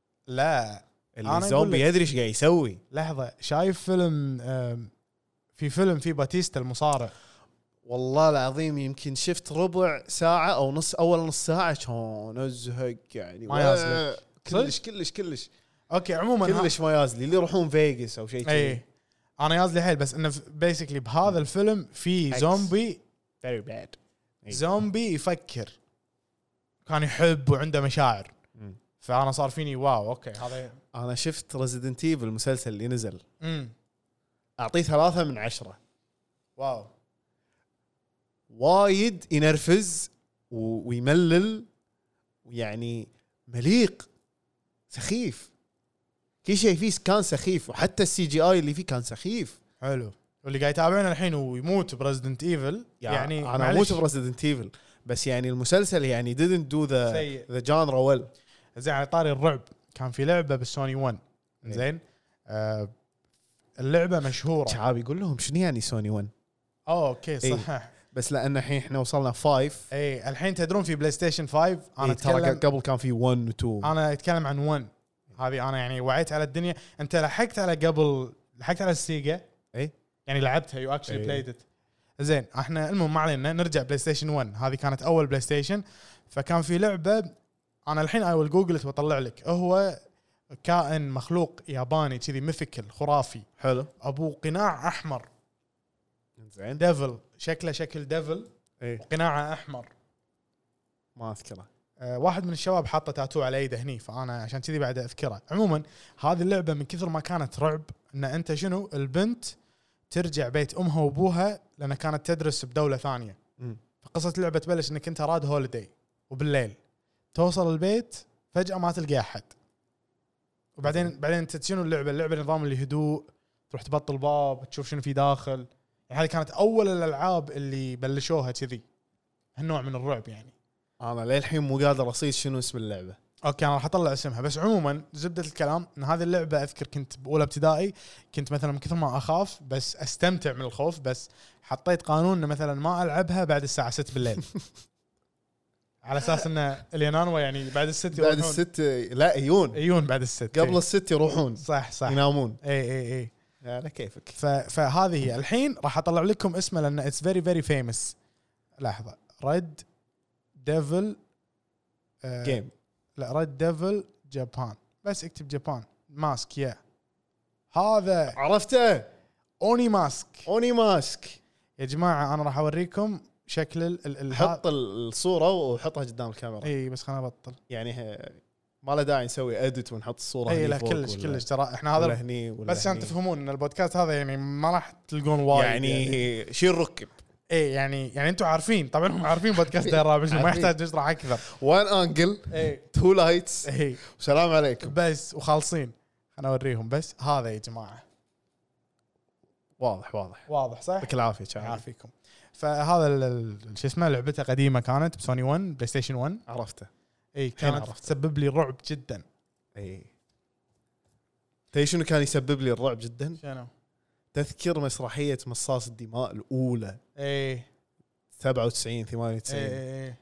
لا اللي أنا زومبي أقول لك- يدري ايش قاعد يسوي. لحظه شايف فيلم آم، في فيلم في باتيستا المصارع والله العظيم يمكن شفت ربع ساعة أو نص أول نص ساعة كان أزهق يعني ما يازلك. كلش كلش كلش اوكي عموما كلش ما يازلي اللي يروحون فيغاس أو شيء كذي. اي انا يازلي حيل بس انه بيسكلي بهذا الفيلم في X. زومبي very bad. إي. زومبي يفكر كان يحب وعنده مشاعر مم. فانا صار فيني واو اوكي هذا أنا شفت ريزيدنت ايفل المسلسل اللي نزل امم أعطيه ثلاثة من عشرة. واو وايد ينرفز و- ويملل ويعني مليق سخيف كل شيء فيه كان سخيف وحتى السي جي اي اللي فيه كان سخيف. حلو واللي قاعد يتابعنا الحين ويموت بريزدنت ايفل يعني, يعني يعني انا معلش. اموت بريزيدنت ايفل بس يعني المسلسل يعني didn't do the سيء. the genre well. زين على طاري الرعب كان في لعبه بالسوني واحد إيه. زين آه اللعبه مشهوره شعاب يقول لهم شنو يعني سوني واحد أوه اوكي إيه. صح بس لان الحين احنا وصلنا خمسة. اي الحين تدرون في بلاي ستيشن خمسة انا إيه ترى اتكلم قبل كان في واحد و اثنين. انا اتكلم عن واحد هذه انا يعني وعيت على الدنيا انت لحقت على قبل لحقت على السيجا اي يعني لعبتها يو اكشلي إيه. بلايد ات زين احنا المهم ما علينا نرجع بلاي ستيشن واحد هذه كانت اول بلاي ستيشن فكان في لعبه انا الحين اي ويل جوجل بطلع لك هو كائن مخلوق ياباني كذي ميثيكال خرافي حلو ابو قناع احمر زين ديفل شكله شكل ديفل اي وقناعه احمر ما اذكره. أه واحد من الشباب حاطه تاتو على ايده هني فانا عشان كذي بعد اذكره. عموما هذه اللعبه من كثر ما كانت رعب ان انت شنو البنت ترجع بيت امها وابوها لان كانت تدرس بدوله ثانيه مم. فقصه اللعبه تبلش انك انت راد هوليداي وبالليل توصل البيت فجاه ما تلقى احد وبعدين بعدين انت شنو اللعبه اللعبه نظام اللي هدوء تروح تبطل باب تشوف شنو في داخل يعني هذه كانت اول الالعاب اللي بلشوها كذي هالنوع من الرعب يعني. انا للحين مو قادر اصيد شنو اسم اللعبه. اوكي انا راح اطلع اسمها بس عموما زبده الكلام ان هذه اللعبه اذكر كنت باولى ابتدائي كنت مثلا من كثر ما اخاف بس استمتع من الخوف بس حطيت قانون ان مثلا ما العبها بعد الساعه ستة بالليل على اساس ان اليانانوا يعني بعد الست بعد الست لا يجون يجون بعد الست قبل الست يروحون صح صح ينامون. اي اي اي على كيفك. ف... فهذه هي الحين راح اطلع لكم اسمه لان اتس فيري فيري فيمس. لحظه ريد ديفل جيم لا ريد ديفل جابان بس اكتب جابان ماسك يا هذا عرفته. اوني ماسك. اوني ماسك يا جماعه انا راح اوريكم شكل ال ال حط الصوره وحطها قدام الكاميرا. اي بس خليني ابطل. يعني ما له داعي نسوي اديت ونحط الصوره اي هني لا فوق كلش ولا كلش ترى احنا هذا هني ولا بس عشان هني. تفهمون ان البودكاست هذا يعني ما راح تلقون وايد يعني, يعني شيل ركب. اي يعني يعني انتم عارفين طبعا هم عارفين بودكاست داير الرابع ما يحتاج نشرح اكثر. وان انجل اي تو لايتس اي والسلام عليكم بس وخالصين. انا اوريهم بس هذا يا جماعه واضح واضح واضح صح. يعطيك العافيه شاعر. يعافيكم. فهذا شو اسمه لعبته قديمه كانت بسوني واحد بلاي ستيشن واحد. عرفته. اي كانت عرفت. تسبب لي رعب جدا. اي تدري شنو كان يسبب لي الرعب جدا؟ شنو؟ تذكر مسرحيه مصاص الدماء الاولى اي سبعة وتسعين ثمانية وتسعين. اي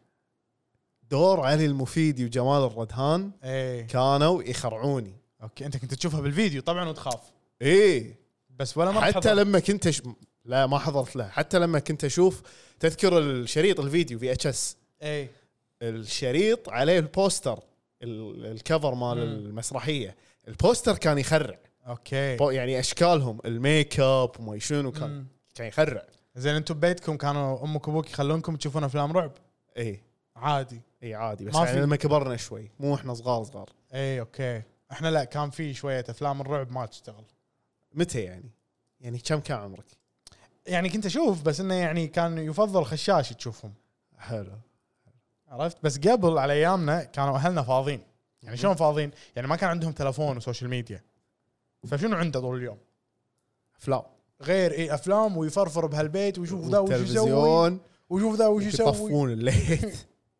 دور علي المفيدي وجمال الردهان اي كانوا يخرعوني. اوكي انت كنت تشوفها بالفيديو طبعا وتخاف ايه بس ولا ما حتى تحضر. لما كنت ش... لا ما حضرت له. حتى لما كنت اشوف تذكر الشريط الفيديو في اتش اس اي الشريط عليه البوستر ال... الكفر مال مم. المسرحيه البوستر كان يخرع. اوكي بو- يعني اشكالهم الميك اب وما شنو كان مم. كان يخرع. زين انتم ببيتكم كانوا امك وابوك يخلونكم تشوفون افلام رعب اي عادي؟ اي عادي بس ما يعني في- لما كبرنا شوي مو احنا صغار صغار. اي اوكي احنا لا كان في شويه افلام الرعب ما تشتغل. متى يعني؟ يعني كم كان عمرك؟ يعني كنت اشوف بس انه يعني كان يفضل خشاش تشوفهم حلو. عرفت. بس قبل على ايامنا كانوا اهلنا فاضيين. يعني شلون فاضيين؟ يعني ما كان عندهم تلفون وسوشيال ميديا فشنو عنده طول اليوم افلام غير ايه افلام ويفرفر بهالبيت ويشوف ذا وش يسوي والتلفزيون ويشوف ذا وش يسوي. يطفون الليل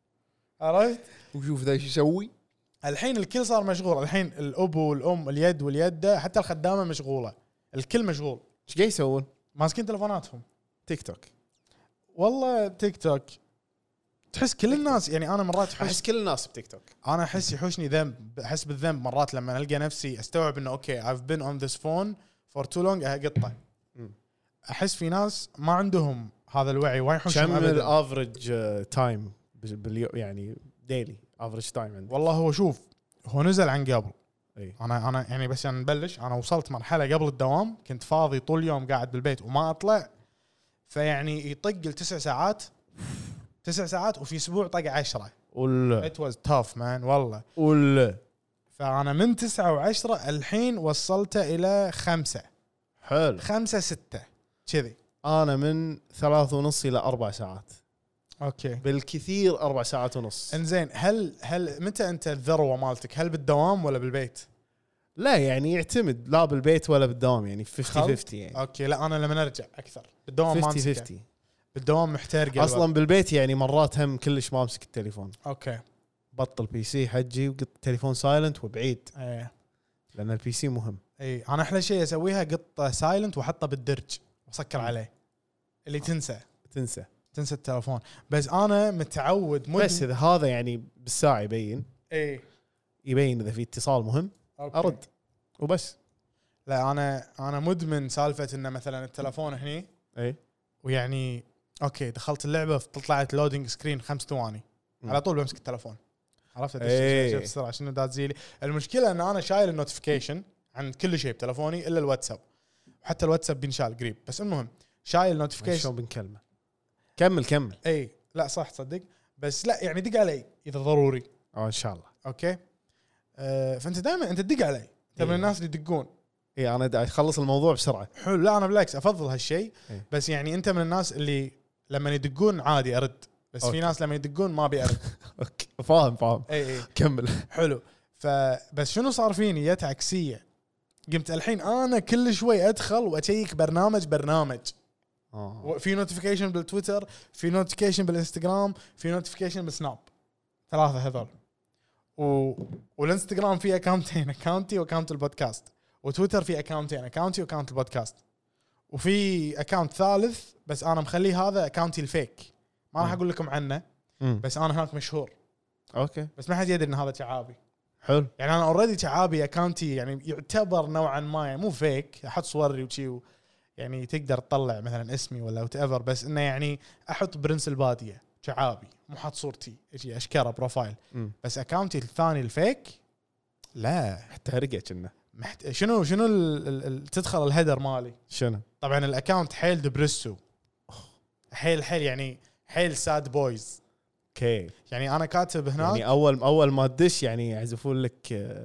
عرفت. وشوف ذا ايش يسوي. الحين الكل صار مشغول. الحين الاب والام اليد واليده حتى الخدامه مشغوله. الكل مشغول ايش قاعد يسوون؟ ماسكين تلفوناتهم. تيك توك. والله تيك توك تحس كل الناس يعني انا مرات احس احس كل الناس بتيك توك. انا احس يحوشني ذنب. احس بالذنب مرات لما القى نفسي استوعب انه اوكي I've been on this phone for too long اقطه. مم. احس في ناس ما عندهم هذا الوعي وما يحوشهم كم ابدا. الافرج تايم باليوم يعني ديلي افرج تايم عندك؟ والله هو شوف هو نزل عن قبل. اي انا انا يعني بس يعني نبلش انا وصلت مرحله قبل الدوام كنت فاضي طول اليوم قاعد بالبيت وما اطلع. فيعني يطق التسع ساعات تسع ساعات وفي اسبوع طق عشرة. ولا it was tough man والله. ولا فانا من تسعة وعشرة الحين وصلته الى خمسة حلو. خمسة ستة كذي. انا من ثلاث ونص الى اربع ساعات اوكي بالكثير اربع ساعات ونص. انزين هل هل متى انت الذروه مالتك؟ هل بالدوام ولا بالبيت؟ لا يعني يعتمد لا بالبيت ولا بالدوام يعني خمسين خلط؟ خمسين يعني اوكي لا انا لما ارجع اكثر بالدوام ما خمسين امسكه. خمسين. بالدوام محترق الوقت. اصلا بالبيت يعني مرات هم كلش ما امسك التليفون. اوكي بطل بي سي حجي وقط التليفون سايلنت وبعيد ايه لان البي سي مهم. اي انا احلى شيء اسويها قطه سايلنت واحطه بالدرج واسكر عليه اللي تنسى تنسى تنسى التلفون. بس انا متعود مدمن. بس اذا هذا يعني بالساعه يبين اي يبين اذا في اتصال مهم أوكي. ارد وبس. لا انا انا مدمن سالفه انه مثلا التلفون هني اي ويعني اوكي دخلت اللعبه طلعت لودينج سكرين خمس ثواني مم. على طول بمسك التلفون. عرفت إيه. ادش بسرعه شنو دازيلي. المشكله ان انا شايل النوتيفيكيشن عن كل شيء بتلفوني الا الواتساب. وحتى الواتساب بينشال قريب بس المهم شايل نوتيفيكيشن. شلون بنكلمه؟ كمل كمل. اي لا صح تصدق بس لا يعني دق علي اذا ضروري. اه ان شاء الله. اوكي أه فانت دائما انت تدق علي. انت من إيه. الناس اللي يدقون. اي انا دا اخلص الموضوع بسرعه. حلو. لا انا بالعكس افضل هالشيء. إيه. بس يعني انت من الناس اللي لما يدقون عادي ارد. بس أوكي. في ناس لما يدقون ما ابي ارد. اوكي فاهم فاهم اي اي كمل. حلو. فبس شنو صار فيني جت عكسيه. قمت الحين انا كل شوي ادخل واشيك برنامج برنامج. اه في نوتيفيكيشن بالتويتر في نوتيفيكيشن بالانستغرام في نوتيفيكيشن بالسناب. ثلاثه هذول. و... والانستغرام فيه اكاونتين اكاونتي واكاونت البودكاست. وتويتر فيه اكاونتين اكاونتي واكاونت البودكاست. وفي اكاونت ثالث بس انا مخليه هذا اكاونتي الفيك ما راح مم. اقول لكم عنه. مم. بس انا هناك مشهور اوكي بس ما حد يدري ان هذا شعابي. حلو. يعني انا اوريدي شعابي اكاونتي يعني يعتبر نوعا ما يعني مو فيك احط صوري وشي يعني تقدر تطلع مثلا اسمي ولا وات ايفر بس انه يعني احط برنس الباديه شعابي مو حاط صورتي اجي اشكره بروفايل. مم. بس اكاونتي الثاني الفيك لا حتى هرقه كنا محت... شنو شنو ال... ال... ال... تدخل الهيدر مالي. شنو؟ طبعا الاكونت حيل دبرسو، حيل حيل يعني حيل ساد بويز. اوكي يعني انا كاتب هناك يعني اول اول ما تدش يعني يعزفون لك آه،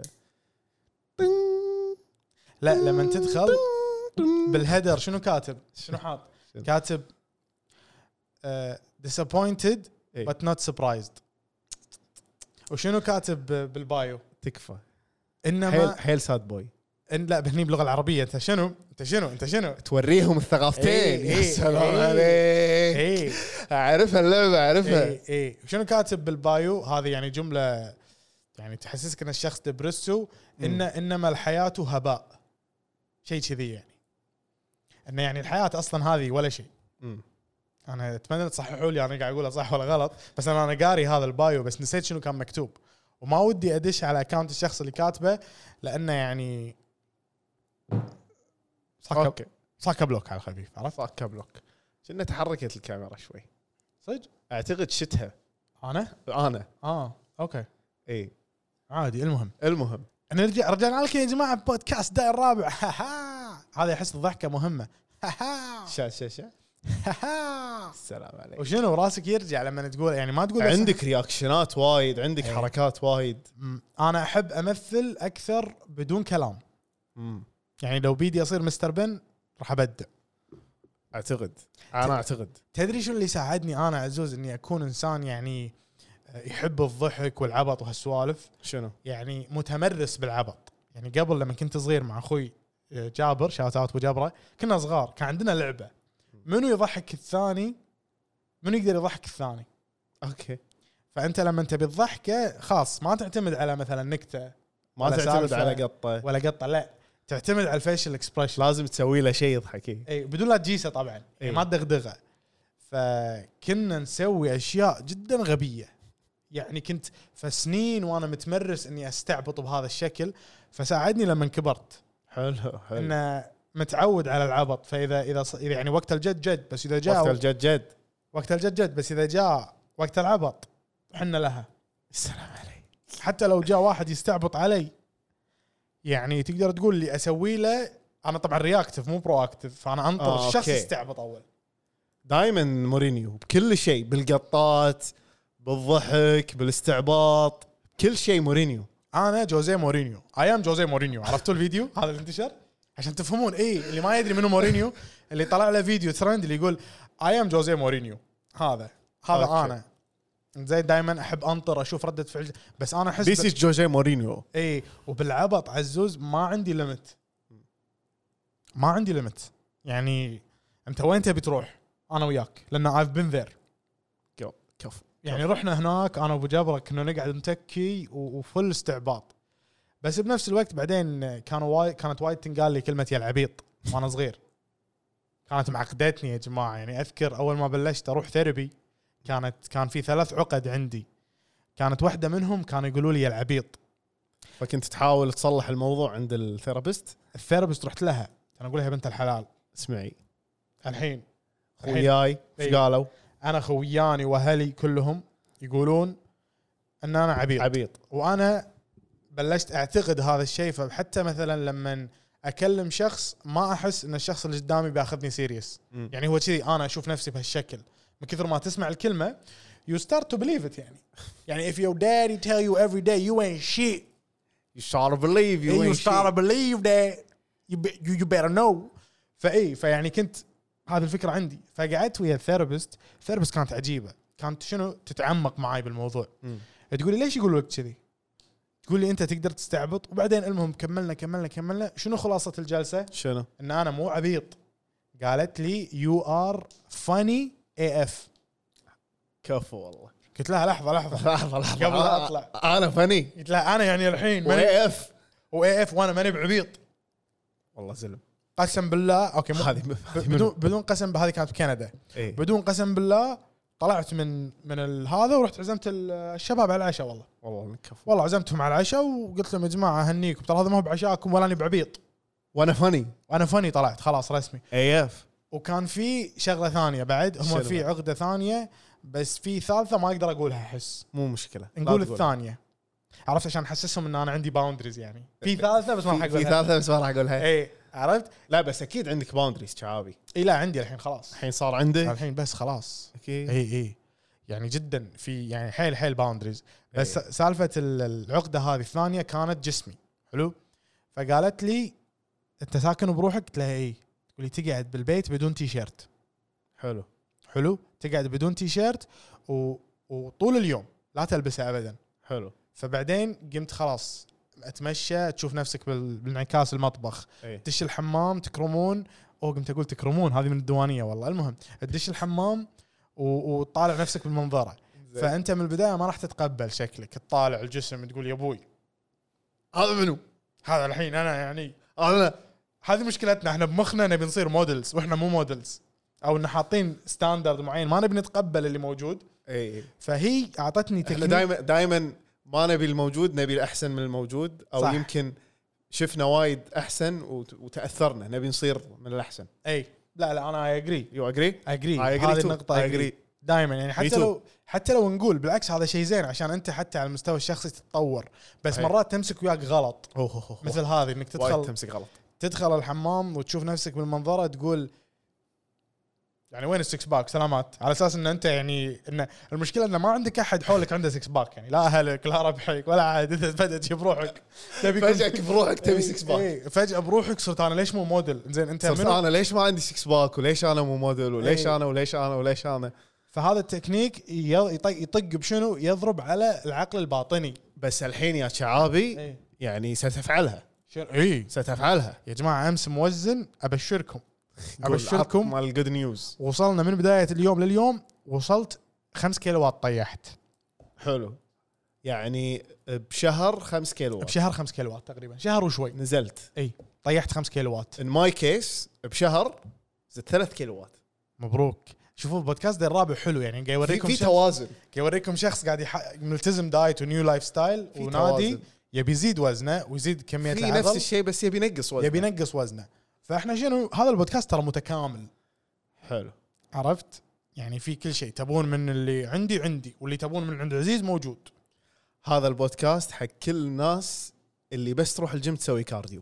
لا لما تدخل بالهيدر شنو كاتب؟ شنو حاط؟ شنو؟ كاتب uh, disappointed إيه. but not surprised. وشنو كاتب بالبايو؟ تكفى. انما حيل حيل ساد بوي. إن لا بهني باللغه العربيه. انت شنو انت شنو انت شنو توريهم الثقافتين. إيه، يا إيه، سلام إيه. عليك. اي اعرفها اللعبه اعرفها. اي اي وشنو كاتب بالبايو؟ هذه يعني جمله يعني تحسسك ان الشخص دبرسو ان انما الحياه هباء، شيء كذي يعني انه يعني الحياه اصلا هذه ولا شيء. مم. انا اتمنى تصححوا لي انا قاعد اقولها صح ولا غلط، بس انا انا قاري هذا البايو بس نسيت شنو كان مكتوب، وما ودي ادش على اكاونت الشخص اللي كاتبه لانه يعني صك اوكي صك بلوك على الخفيف. عرفت؟ فاك بلوك. كنا تحركت الكاميرا شوي صدق اعتقد شتها انا انا اه اوكي اي. عادي. المهم المهم نرجع رجعنا لكم يا جماعه بودكاست داير الرابع. هذا يحس الضحكه مهمه. شا شا شا السلام عليك. وشنو راسك يرجع لما تقول يعني ما تقول عندك رياكشنات وايد، عندك أي. حركات وايد. م- انا احب امثل اكثر بدون كلام. مم. يعني لو بيدي اصير مستر بن راح ابدع. اعتقد انا اعتقد تدري شو اللي ساعدني انا عزوز اني اكون انسان يعني يحب الضحك والعبط وهالسوالف؟ شنو؟ يعني متمرس بالعبط. يعني قبل لما كنت صغير مع اخوي جابر، شاوت اوت ابو جبره، كنا صغار كان عندنا لعبه منو يضحك الثاني، منو يقدر يضحك الثاني. اوكي. فانت لما انت بالضحكه خاص ما تعتمد على مثلا نكته ما ولا تعتمد سالفة على قطه، ولا قطه، لا تعتمد على الفيشل اكسبريشن. لازم تسوي له شيء يضحك. اي بدون لا تجيسه طبعا، يعني إيه. ما تدغدغه. فكنا نسوي اشياء جدا غبيه. يعني كنت فسنين وانا متمرس اني استعبط بهذا الشكل، فساعدني لما كبرت حلو حلو. انه متعود على العبط. فاذا اذا ص- اذا يعني وقت الجد جد، بس اذا جاء وقت الجد جد. وقت الجد جد، بس اذا جاء وقت العبط حنا لها. السلام عليك. حتى لو جاء واحد يستعبط علي يعني تقدر تقول لي اسوي له. انا طبعا رياكتيف مو برو اكتيف، فانا انطر آه، الشخص أوكي. يستعبط اول. دائما مورينيو بكل شيء، بالقطات، بالضحك، بالاستعباط، كل شيء مورينيو. انا جوزيه مورينيو، ايام جوزيه مورينيو. عرفتوا الفيديو هذا اللي انتشر؟ عشان تفهمون ايه اللي ما يدري منو مورينيو، اللي طلع له فيديو ترند اللي يقول ايام جوزيه مورينيو. هذا هذا أوكي. انا زي دائما احب انطر اشوف رده فعل، بس انا احس This is جوزيه مورينيو. اي. وبالعبط عزوز ما عندي ليمت، ما عندي ليمت. يعني انت وين تبي تروح انا وياك، لان I've been there. كفو. يعني رحنا هناك انا وابو جبره كنا نقعد نتكي و- وفل استعباط. بس بنفس الوقت بعدين كانوا وايد كانت وايد تنقال لي كلمه يا العبيط وانا صغير. كانت معقدتني يا جماعه. يعني اذكر اول ما بلشت اروح ثيرابي كانت كان في ثلاث عقد عندي، كانت واحده منهم كانوا يقولوا لي يا العبيط. فكنت تحاول تصلح الموضوع عند الثيرابيست. الثيرابيست رحت لها انا اقول لها يا بنت الحلال اسمعي الحين خوياي ايش إيه. قالوا؟ انا خوياني واهلي كلهم يقولون ان انا عبيط, عبيط. وانا بلشت اعتقد هذا الشيء. فحتى مثلا لما اكلم شخص ما احس ان الشخص اللي قدامي بياخذني سيريس. مم. يعني هو كذي انا اشوف نفسي بهالشكل من كثر ما تسمع الكلمه you start to believe it. يعني يعني if your daddy tell you every day you ain't shit, You start to believe you, you ain't start to shit. believe that you, be, you you better know. فاي فيعني كنت هذه الفكره عندي. فقعدت ويا الثيرابيست. الثيرابيست كانت عجيبه، كانت شنو تتعمق معي بالموضوع. مم. تقول لي ليش يقولوا لك كذي، تقول لي انت تقدر تستعبط. وبعدين المهم كملنا كملنا كملنا شنو خلاصه الجلسه؟ شنو؟ ان انا مو عبيط. قالت لي you are funny إيه إف. كفو والله. قلت لها لحظه لحظه لحظه لحظه قبل لا أطلع. انا فني قلت لها انا يعني الحين ماني واي اف واي اف وانا ماني بعبيط. والله زلم. قسم بالله اوكي مو هذه هذه بدون بدون قسم بهذه كانت بكندا. ايه بدون قسم بالله طلعت من من ال- هذا ورحت عزمت الشباب على العشاء. والله والله كفو. والله عزمتهم على العشاء وقلت لهم يا جماعه اهنيكم ترى هذا ما هو بعشاكم ولا اني بعبيط وانا فني وانا فني. طلعت خلاص رسمي. اي اف. وكان في شغله ثانيه بعد، هم شنو في بعد؟ عقده ثانيه بس في ثالثه ما اقدر اقولها. احس مو مشكله نقول لا تقول. الثانيه. عرفت عشان احسسهم ان انا عندي باوندريز يعني في ثالثه بس ما راح في اقولها ثالثه بس ما راح اقولها. اي عرفت. لا بس اكيد عندك باوندريز شعابي. اي لا عندي الحين خلاص الحين صار عندك الحين بس خلاص اكيد. اي اي يعني جدا في يعني حيل حيل باوندريز. بس إيه. سالفه ال- العقده هذه الثانيه كانت جسمي حلو. فقالت لي انت ساكن بروحك؟ قلت لها اي. تقول لي تقعد بالبيت بدون تي شيرت. حلو حلو تقعد بدون تي شيرت و... وطول اليوم لا تلبسه ابدا. حلو. فبعدين قمت خلاص اتمشى تشوف نفسك بال- بالانعكاس المطبخ اي تدش الحمام تكرمون. او قمت اقول تكرمون هذه من الديوانيه والله. المهم تدش الحمام و... وتطالع نفسك بالمنظره. فانت من البدايه ما راح تتقبل شكلك تطالع الجسم تقول يا ابوي هذا منو؟ هذا الحين انا يعني انا هذه مشكلتنا احنا بمخنا نبي نصير مودلز واحنا مو مودلز او ان حاطين ستاندرد معين ما نبي نتقبل اللي موجود. اي فهي اعطتني احنا تكنيك. دائما دائما ما نبي الموجود نبي الاحسن من الموجود او صح. يمكن شفنا وايد احسن وت- وتاثرنا نبي نصير من الاحسن. اي لا لا انا اي اجري يو اجري اجري I agree هذه too. النقطه I اجري agree. دائما يعني حتى Me too. لو حتى لو نقول بالعكس هذا شيء زين عشان انت حتى على المستوى الشخصي تتطور. بس صحيح. مرات تمسك وياك غلط أوه أوه أوه. مثل هذه انك وايد تدخل تمسك غلط. تدخل الحمام وتشوف نفسك بالمنظره تقول يعني وين السكس باك سلامات على اساس ان انت يعني ان المشكله ان ما عندك احد حولك عنده سكس باك يعني لا اهلك لا ربحك ولا عاد انت فجاه تجيب روحك تبي فجأة بروحك تبي سكس باك. إيه فجاه بروحك صرت انا ليش مو موديل زين انت صرت منو؟ انا ليش ما عندي سكس باك وليش انا مو موديل وليش إيه. انا وليش انا وليش انا. فهذا التكنيك ي- يطق يطق بشنو يضرب على العقل الباطني. بس الحين يا شعابي إيه. يعني ستفعلها اي ستفعلها. يا جماعه امس موزن ابشركم ابشركم مال الجود نيوز. وصلنا من بدايه اليوم لليوم وصلت خمس كيلوات طيحت حلو يعني بشهر خمس كيلو بشهر خمس كيلوات تقريبا شهر وشوي نزلت. اي طيحت خمس كيلوات. ان ماي كيس بشهر زدت ثلاث كيلوات. مبروك. شوفوا البودكاست ده الرابع حلو يعني قاعد في, يوريكم في شخص توازن. قاعد يوريكم شخص قاعد يح... ملتزم دايت ونيو لايف ستايل في ونادي توازن. يبي يزيد وزنه ويزيد كميه في العضل نفس الشيء بس يبي ينقص وزن. يبي ينقص وزنه. فاحنا شنو هذا البودكاست ترى متكامل حلو. عرفت يعني في كل شيء تبون من اللي عندي عندي واللي تبون من عند عزيز موجود. هذا البودكاست حق كل الناس اللي بس تروح الجيم تسوي كارديو.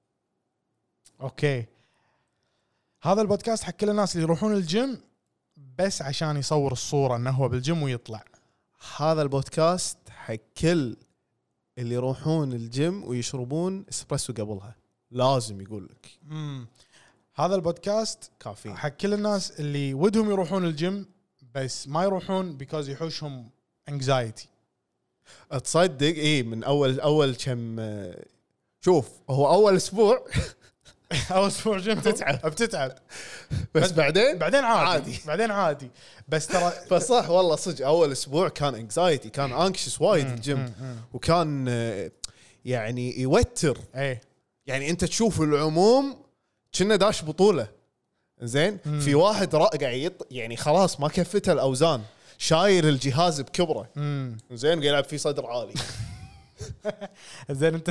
اوكي هذا البودكاست حق كل الناس اللي يروحون الجيم بس عشان يصور الصورة انه هو بالجيم ويطلع. هذا البودكاست حق كل اللي يروحون الجيم ويشربون اسبريسو قبلها لازم يقول لك مم. هذا البودكاست كافيين. حق كل الناس اللي ودهم يروحون الجيم بس ما يروحون بيكوز يحوشهم انكزايتي. تصدق ايه من اول اول كم شوف هو اول اسبوع اول اسبوع جيم تتعب. بتتعب بس بس بعدين بعدين عادي. عادي. بعدين عادي بس ترى فصح والله صدق اول اسبوع كان انكزايتي كان انكشس وايد الجيم وكان آه، يعني يوتر. ايه يعني انت تشوف العموم كنا داش بطوله زين في واحد را- قاعد يط... يعني خلاص ما كفته الاوزان شايل الجهاز بكبره امم زين قاعد يلعب فيه صدر عالي. زين انت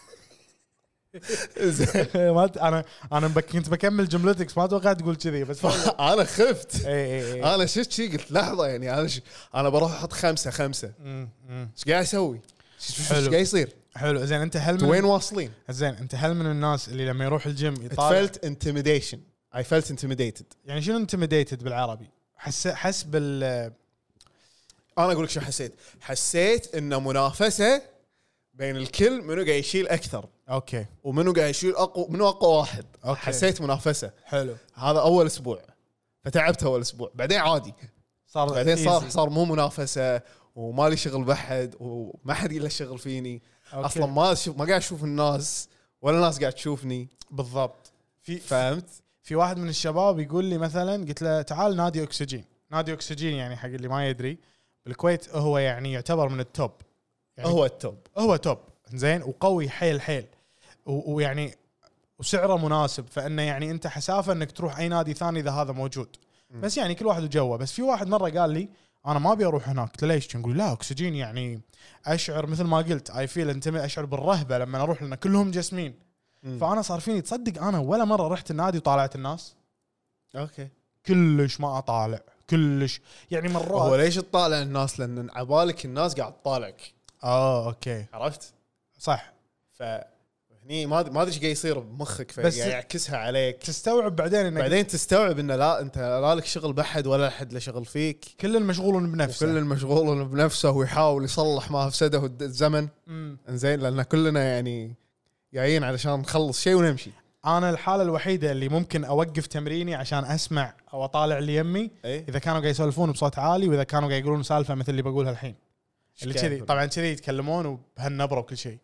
زين ما ت- انا انا بك- كنت بكمل جملتك ما توقعت تقول كذي بس انا خفت. اي اي اي انا شفت شي قلت لحظه يعني انا ش... انا بروح احط خمسه خمسه مم، مم. ايش قاعد اسوي؟ ايش حلو. قاعد يصير؟ حلو زين انت هل انتوا وين من واصلين؟ زين انت هل من الناس اللي لما يروح الجيم يطالع فلت انتميديشن اي فلت انتميديتد. يعني شنو انتميديتد بالعربي؟ حس حس بال انا اقول لك شو حسيت حسيت انه منافسه بين الكل منو قاعد يشيل اكثر اوكي ومنو قاعد يشيل اقوى منو اقوى واحد. أوكي. حسيت منافسه. حلو هذا اول اسبوع فتعبت اول اسبوع بعدين عادي صار بعدين صار easy. صار مو منافسه وما لي شغل بحد وما حد له شغل فيني. أوكي. اصلا ما اشوف ما قاعد اشوف الناس ولا الناس قاعد تشوفني. بالضبط. في فهمت؟ في واحد من الشباب يقول لي مثلا قلت له تعال نادي اكسجين. نادي اكسجين يعني حق اللي ما يدري بالكويت هو يعني يعتبر من التوب يعني هو التوب. هو توب زين وقوي حيل حيل و- ويعني وسعره مناسب فانه يعني انت حسافه انك تروح اي نادي ثاني اذا هذا موجود. بس يعني كل واحد وجوه. بس في واحد مره قال لي انا ما ابي اروح هناك. قلت له ليش؟ نقول لا اكسجين يعني اشعر مثل ما قلت اي فيل انت اشعر بالرهبه لما اروح لان كلهم جسمين. مم. فانا صار فيني تصدق انا ولا مره رحت النادي وطالعت الناس اوكي. كلش ما اطالع كلش يعني هو مرات ليش تطالع الناس؟ لان عبالك الناس قاعد تطالعك. اه اوكي عرفت؟ صح. فهني ما ما ادري ايش قاعد يصير بمخك بس فيعكسها عليك. تستوعب بعدين انك بعدين تستوعب ان لا انت لا لك شغل بحد ولا احد له شغل فيك، كل المشغول بنفسه. كل المشغول بنفسه ويحاول يصلح ما افسده الزمن. مم. انزين لان كلنا يعني جايين علشان نخلص شيء ونمشي. انا الحاله الوحيده اللي ممكن اوقف تمريني عشان اسمع او اطالع اللي يمي ايه اذا كانوا قاعد يسولفون بصوت عالي واذا كانوا قاعد يقولون سالفه مثل اللي بقولها الحين، اللي كذي طبعا كذي يتكلمون وبهالنبره وكل شيء.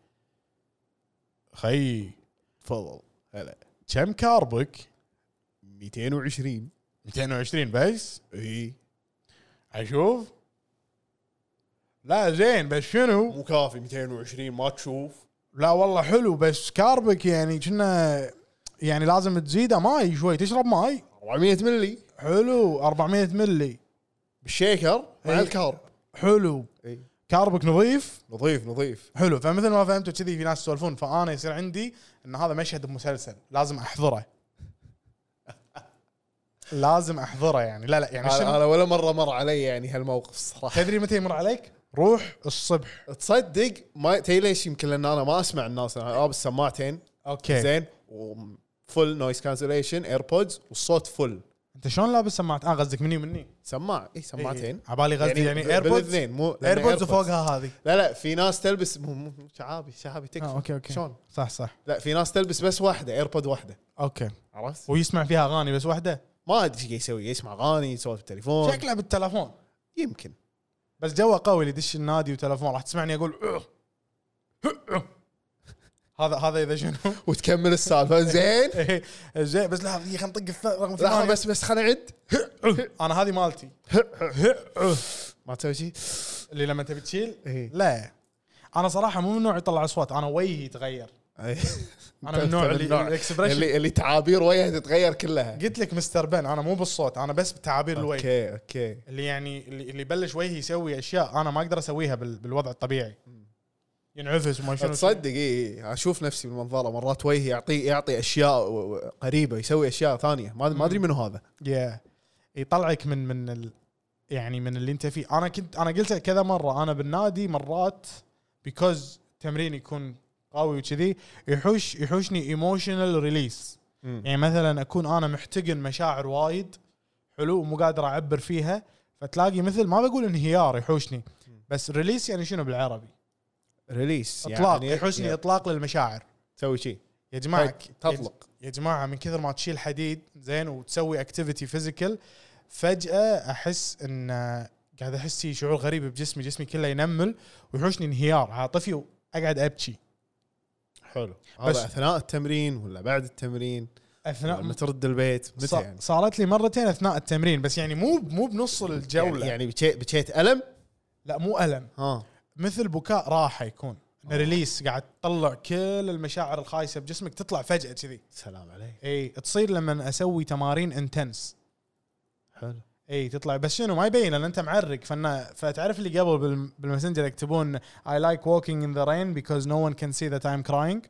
خي تفضل. هلا كم كاربك؟ مئتين وعشرين. مئتين وعشرين بس؟ اي اشوف. لا زين بس شنو؟ مو كافي مئتين وعشرين ما تشوف. لا والله حلو بس كاربك يعني كنا يعني لازم تزيده ماي شوي، تشرب ماي. أربعمية ملي حلو أربعمية ملي بالشيكر مع إيه. الكارب. حلو. اي كاربك نظيف نظيف نظيف. حلو. فمثل ما فهمتوا كذي في ناس يسولفون، فانا يصير عندي ان هذا مشهد بمسلسل لازم احضره. لازم احضره يعني. لا لا يعني انا أنا ولا مره مر علي يعني هالموقف الصراحه. تدري متى يمر عليك؟ روح الصبح. تصدق ما تي ليش يمكن لان انا ما اسمع الناس، انا لابس سماعتين اوكي زين وفل نويز كانسليشن ايربودز والصوت فل. انت شلون لابس سماعات؟ اه قصدك مني ومني سماعه اي سماعتين إيه. عبالي قصدي يعني, يعني ايربودز الاثنين مو ايربودز وفوقها هذه. لا لا في ناس تلبس مو مو شعابي شعابي تكفى. آه اوكي اوكي شلون؟ صح صح. لا في ناس تلبس بس واحده ايربود واحده. اوكي عرفت؟ ويسمع فيها اغاني بس واحده. ما ادري ايش قاعد يسوي، يسمع اغاني يسولف بالتليفون شكله بالتلفون يمكن. بس جوه قوي اللي يدش النادي وتلفون راح تسمعني اقول هذا هذا اذا شنو. وتكمل السالفه زين. زين بس لا خلينا نطق رقم لحظه ثمانية. بس بس خلينا نعد. انا هذه مالتي ما تسوي شيء اللي لما تبي تشيل. إيه. لا انا صراحه مو من نوع يطلع اصوات، انا وجهي يتغير. إيه. انا من النوع اللي الاكسبريشن اللي اللي تعابير وجهه تتغير كلها. قلت لك مستر بن، انا مو بالصوت، انا بس بتعابير الوجه. اوكي اوكي. اللي يعني اللي, اللي يبلش وجهي يسوي اشياء انا ما اقدر اسويها بال... بالوضع الطبيعي، ينعفس وما شنو. تصدق اي اشوف نفسي بالمنظره مرات وجهي يعطي يعطي اشياء قريبه، يسوي اشياء ثانيه ما ما ادري منو هذا. يا يطلعك من من ال... يعني من اللي انت فيه. انا كنت انا قلت كذا مره، انا بالنادي مرات بيكوز تمرين يكون قوي وكذي يحوش يحوشني ايموشنال ريليس. يعني مثلا اكون انا محتقن مشاعر وايد حلو ومو قادر اعبر فيها، فتلاقي مثل ما بقول انهيار يحوشني، بس ريليس يعني شنو بالعربي؟ ريليس اطلاق يعني يحوشني يعني اطلاق للمشاعر. تسوي شيء يا جماعه تطلق يا جماعه من كثر ما تشيل حديد زين وتسوي اكتيفيتي فيزيكال، فجاه احس ان قاعد احس شعور غريب بجسمي، جسمي كله ينمل ويحوشني انهيار عاطفي واقعد ابكي. حلو. هذا اثناء التمرين ولا بعد التمرين؟ اثناء ما ترد البيت متى صار يعني؟ صارت لي مرتين اثناء التمرين، بس يعني مو مو بنص الجوله. يعني, يعني بكيت بكيت الم؟ لا مو الم، ها مثل بكاء راحه يكون ريليس، قاعد تطلع كل المشاعر الخايسه بجسمك تطلع فجاه كذي. سلام عليك. اي تصير لما اسوي تمارين انتنس. حلو. اي تطلع بس شنو ما يبين لان انت معرق. فنا فتعرف اللي قبل بالماسنجر يكتبون I like walking in the rain because no one can see that I'm crying.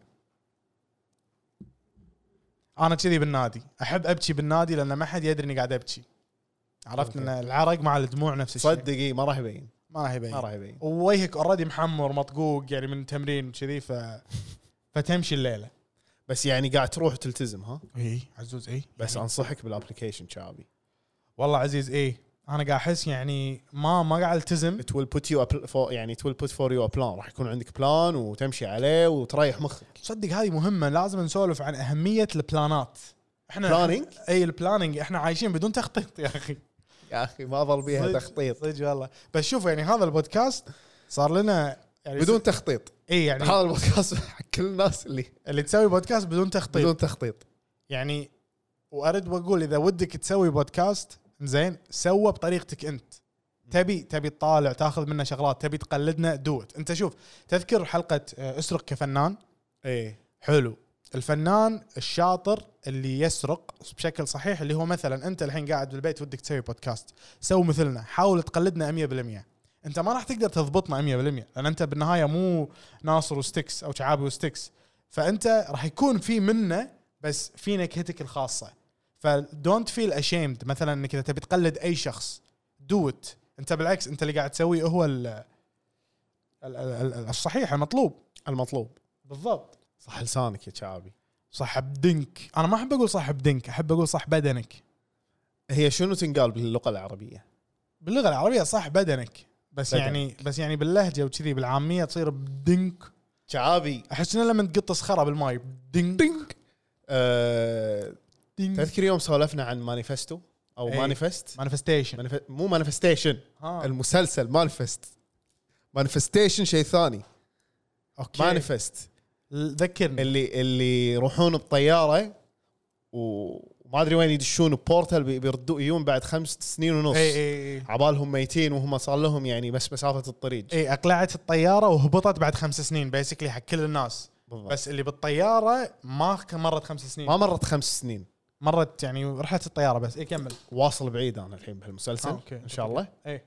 انا كذي بالنادي احب ابكي بالنادي لان ما حد يدري اني قاعد ابكي. عرفت ان العرق مع الدموع نفس الشيء. صدقي ما راح يبين ما راح يبين ما راح يبين ووجهك اوريدي محمر مطقوق يعني من تمرين كذي ف فتمشي الليله. بس يعني قاعد تروح تلتزم ها؟ اي عزوز اي بس انصحك بالابلكيشن شعبي والله عزيز. اي انا قاعد احس يعني ما ما قاعد التزم. it will put you up for يعني it will put for you a plan. راح يكون عندك بلان وتمشي عليه وتريح مخك. صدق هذه مهمه، لازم نسولف عن اهميه البلانات. احنا بلانينج اي البلانينج احنا عايشين بدون تخطيط يا اخي. يا اخي ما ظل بيها صدق- تخطيط صدق والله. بس شوفوا يعني هذا البودكاست صار لنا يعني بدون تخطيط. اي يعني هذا البودكاست حق كل الناس اللي اللي تسوي بودكاست بدون تخطيط بدون تخطيط. يعني. وارد واقول اذا ودك تسوي بودكاست زين سوى بطريقتك انت. تبي تبي تطالع تاخذ منا شغلات، تبي تقلدنا دوت. انت شوف تذكر حلقه اسرق كفنان؟ ايه حلو. الفنان الشاطر اللي يسرق بشكل صحيح اللي هو مثلا انت الحين قاعد بالبيت ودك تسوي بودكاست، سوي مثلنا، حاول تقلدنا مية بالمية. انت ما راح تقدر تضبطنا مية بالمية لان انت بالنهايه مو ناصر وستكس او شعابي وستكس، فانت راح يكون في منا بس في نكهتك الخاصه. فدونت فيل اشيمد مثلا انك اذا تبي تقلد اي شخص دوت. انت بالعكس انت اللي قاعد تسويه هو ال ال- ال- ال- الصحيح المطلوب المطلوب. بالضبط. صح لسانك يا شعبي. صح بدنك. انا ما احب اقول صح بدنك، احب اقول صح بدنك. هي شنو تنقال باللغه العربيه؟ باللغه العربيه صح بدنك، بس بدنك. يعني بس يعني باللهجه وكذي بالعاميه تصير بدنك. شعبي. احس انه لما تقط صخره بالماي بدنك دنك أه... دنك. تذكر يوم سولفنا عن مانيفستو او أي. مانيفست مانيفستيشن. مانيف... مو مانيفستيشن ها. المسلسل مانيفست. مانيفستيشن شيء ثاني. اوكي. مانيفست ذكرني. اللي اللي يروحون بطياره وما ادري وين يدشون ببورتال بيردوا يوم بعد خمس سنين ونص. اي اي اي عبالهم ميتين وهم صار لهم يعني بس مسافه الطريق. اي اقلعت الطياره وهبطت بعد خمس سنين بيسكلي حق كل الناس. بالضبط. بس اللي بالطياره ما كان مرت خمس سنين. ما مرت خمس سنين، مرت يعني رحله الطياره بس. اي كمل. واصل بعيد انا الحين بهالمسلسل. آه، أوكي. ان شاء الله. اي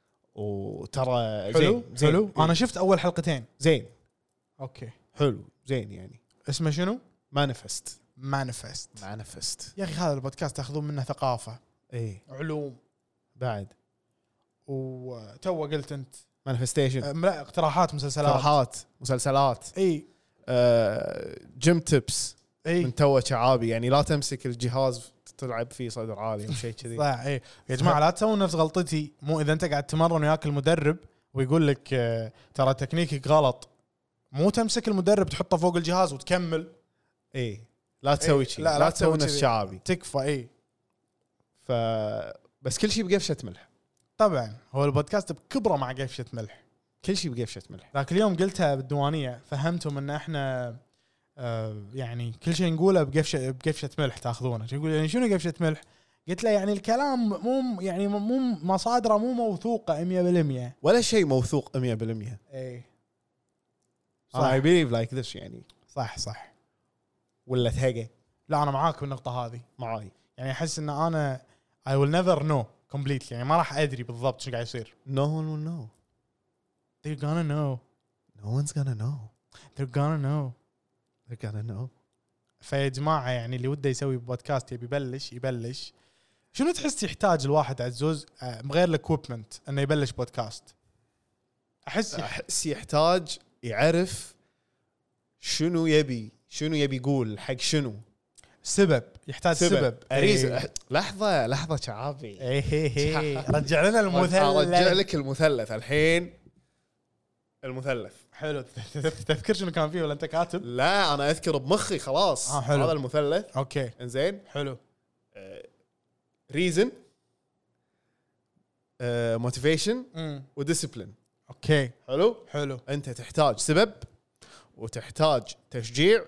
وترى حلو زين زين حلو. انا شفت اول حلقتين. زين اوكي. حلو زين يعني. اسمه شنو؟ مانيفست. مانيفست. مانيفست. يا اخي هذا البودكاست تاخذون منه ثقافه، ايه علوم، بعد وتو قلت انت مانيفستيشن. أم لا اقتراحات مسلسلات. اقتراحات مسلسلات. اي آه جيم تيبس اي من تو شعابي. يعني لا تمسك الجهاز تلعب فيه صدر عالي او شيء كذي. صح. اي يا جماعه لا تسوون نفس غلطتي. مو اذا انت قاعد تمرن وياك المدرب ويقول لك آه، ترى تكنيكك غلط، مو تمسك المدرب تحطه فوق الجهاز وتكمل. ايه لا تسوي إيه، شيء. لا، لا, لا لا تسوي تسوي نفس كذي. شعابي. تكفى. اي ف بس كل شيء بقفشه ملح. طبعا هو البودكاست بكبره مع قفشه ملح. كل شيء بقفشه ملح. ذاك اليوم قلتها بالديوانيه، فهمتم ان احنا آه يعني كل شيء نقوله بقفشه بقفشه ملح تاخذونه. يقول يعني شنو قفشه ملح؟ قلت له يعني الكلام مو يعني مو مصادره مو موثوقه مية بالمية. ولا شيء موثوق مية بالمية. اي I believe like this يعني. صح صح. ولا تهقى لا انا معاك بالنقطه هذه. معاي. يعني احس ان انا I will never know completely. يعني ما راح ادري بالضبط شو قاعد يصير. No one will know. They're gonna know. No one's gonna know. They're gonna know. They're gonna know. فيا جماعه يعني اللي وده يسوي بودكاست يبي يبلش يبلش. شنو تحس يحتاج الواحد عزوز آه، غير الاكويبمنت انه يبلش بودكاست؟ احس يح... احس يحتاج يعرف شنو يبي شنو يبي يقول حق شنو. سبب. يحتاج سبب, سبب. أريز... ايه لحظه لحظه شعابي. ايه رجع لنا المثلث. ارجع لك المثلث الحين. المثلث حلو. تذكر شنو كان فيه ولا انت كاتب؟ لا انا اذكر بمخي خلاص. آه حلو. هذا المثلث. اوكي انزين. حلو. ريزن موتيفيشن امم وديسيبلين. اوكي حلو. حلو. انت تحتاج سبب وتحتاج تشجيع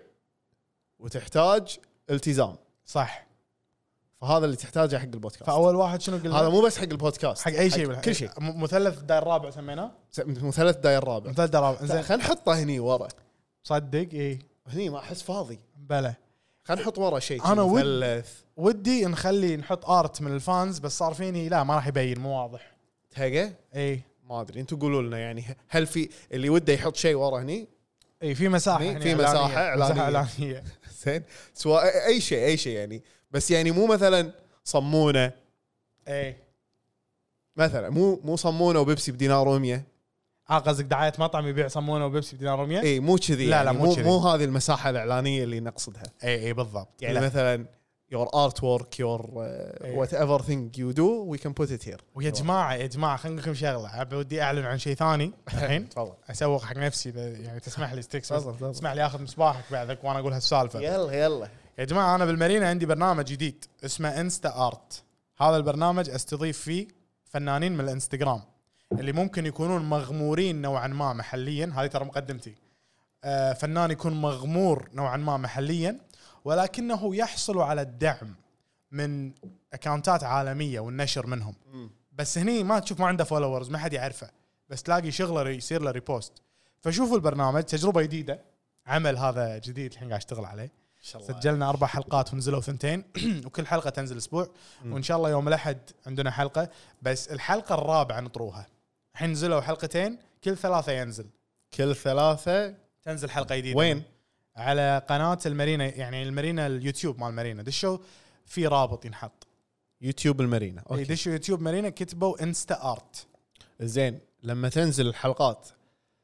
وتحتاج التزام. صح. فهذا اللي تحتاجه حق البودكاست. فاول واحد شنو قلنا؟ هذا مو بس حق البودكاست، حق اي شيء. كل شيء. م- مثلث الدائره الرابع سميناه س- مثلث داير رابع. مثلث الدائره الرابع. زين خلينا نحطه هني ورا. صدق. اي هني ما احس فاضي. بلى. خلينا نحط ورا شيء. أنا ود- مثلث ودي نخلي نحط ارت من الفانز، بس صار فيني لا ما راح يبين مو واضح. تهقى. اي ما ادري انتم قولوا لنا يعني هل في اللي وده يحط شيء ورا هني؟ اي في مساحه في- هنا في مساحة إعلانية. مساحه اعلانيه. زين سواء اي شيء اي شيء يعني. بس يعني مو مثلا صمونه اي مثلا مو مو صمونه وبيبسي بدينار ومية. اه قصدك دعايه مطعم يبيع صمونه وبيبسي بدينار مية. اي مو كذي. لا، لا، يعني مو مو كذي. مو هذه المساحه الاعلانيه اللي نقصدها. اي اي بالضبط. يعني لا. مثلا your artwork your uh, whatever thing you do we can put it here. ويا جماعه يا جماعه خلينا نقول لكم شغله. أبي ودي اعلن عن شيء ثاني الحين. تفضل اسوق حق نفسي إذا يعني تسمح لي ستيكس. تفضل تفضل. اسمح لي اخذ مصباحك بعدك وانا اقول هالسالفه. يلا يلا. يا جماعه انا بالمارينا عندي برنامج جديد اسمه انستا ارت. هذا البرنامج استضيف فيه فنانين من الانستغرام اللي ممكن يكونون مغمورين نوعا ما محليا. هذه ترى مقدمتي. آه فنان يكون مغمور نوعا ما محليا ولكنه يحصل على الدعم من اكاونتات عالميه والنشر منهم. بس هني ما تشوف ما عنده فولورز، ما حد يعرفه، بس تلاقي شغله يصير له ريبوست. فشوفوا البرنامج، تجربه جديده، عمل هذا جديد الحين قاعد اشتغل عليه. سجلنا اربع حلقات ونزلوا ثنتين وكل حلقه تنزل اسبوع. وان شاء الله يوم الاحد عندنا حلقه، بس الحلقه الرابعه نطروها. الحين نزلوا حلقتين، كل ثلاثه ينزل كل ثلاثه تنزل حلقه جديده. وين؟ على قناه المارينا، يعني المارينا اليوتيوب مال المارينا. دشوا في رابط ينحط يوتيوب المارينا. اوكي. دشوا يوتيوب مارينا كتبوا انستا ارت. زين لما تنزل الحلقات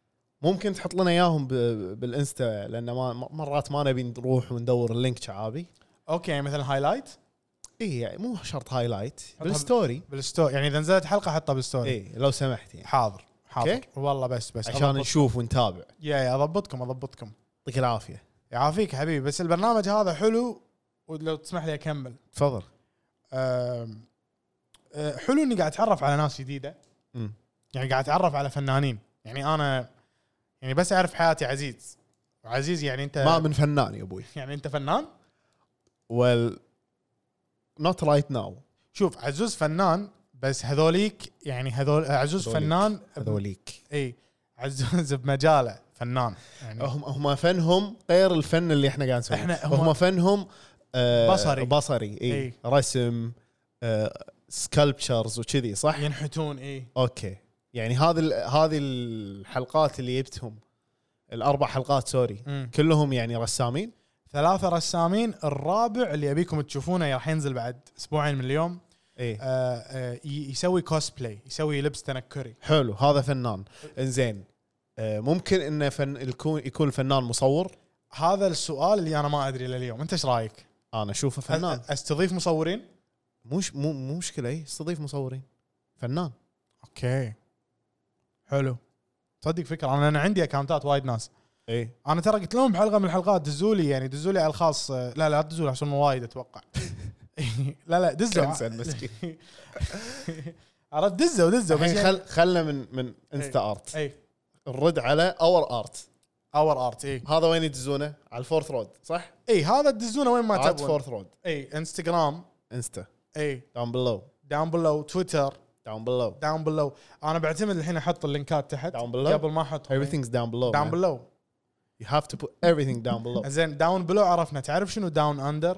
ممكن تحط لنا اياهم ب- بالانستا لان ما مرات ما نبي نروح وندور اللينك شعابي. اوكي يعني مثلا هايلايت اي يعني مو شرط هايلايت حطها بالستوري. بالستوري، يعني اذا نزلت حلقه حطها بالستوري. اي لو سمحت يعني حاضر حاضر أوكي. والله بس بس عشان أضبط. نشوف ونتابع. يا يا اضبطكم اضبطكم. يعطيك العافيه. يعافيك حبيبي. بس البرنامج هذا حلو، ولو تسمح لي اكمل. تفضل. أم... أه، حلو اني قاعد اتعرف على ناس جديده، امم يعني قاعد اتعرف على فنانين. يعني انا يعني بس اعرف حياتي عزيز وعزيز، يعني انت ما من فنان يا ابوي. يعني انت فنان. well not right now. شوف عزوز فنان، بس هذوليك يعني هذول عزوز هذوليك. فنان هذوليك اي عزوز بمجاله فنان يعني. هم هم فنهم غير الفن اللي احنا قاعد نسويه. إحنا هم- هم فنهم آه بصري. بصري اي إي. رسم آه سكالبتشرز وكذي صح. ينحتون اي. اوكي يعني هذه ال- هذه الحلقات اللي جبتهم الاربع حلقات سوري مم. كلهم يعني رسامين. ثلاثة رسامين. الرابع اللي أبيكم تشوفونه راح ينزل بعد أسبوعين من اليوم. اي آه آه ي- يسوي كوسبلاي، يسوي لبس تنكري. حلو هذا فنان. انزين آه ممكن انه فن يكون يكون الفنان مصور. هذا السؤال اللي أنا ما أدري لليوم. أنت إيش رأيك؟ انا اشوفه فنان. أ- أستضيف مصورين؟ مش مو مو مشكله اي استضيف مصورين. فنان. أوكي حلو. تصدق فكرة، أنا أنا عندي أكاونتات وايد ناس. اي أنا ترى قلت لهم بحلقة من الحلقات دزوا لي، يعني دزوا لي على الخاص. آه، لا لا دزوا لي عشان وايد أتوقع. لا لا دزوا. كنسل مسكين. عرفت دزوا دزوا بس الحين يعني- خل خلنا من من انستا ارت اي نرد على اور ارت. اور ارت. اي هذا وين يدزونه؟ على الفورث رود صح؟ اي هذا تدزونه وين ما عاد تبون. فورث رود اي انستغرام. انستا اي داون بلو داون بلو. تويتر داون بلو داون بلو. انا بعتمد الحين احط اللينكات تحت Down below. قبل ما احط everything's down below داون man. بلو. you have to put everything down below. زين داون بلو عرفنا. تعرف شنو داون اندر؟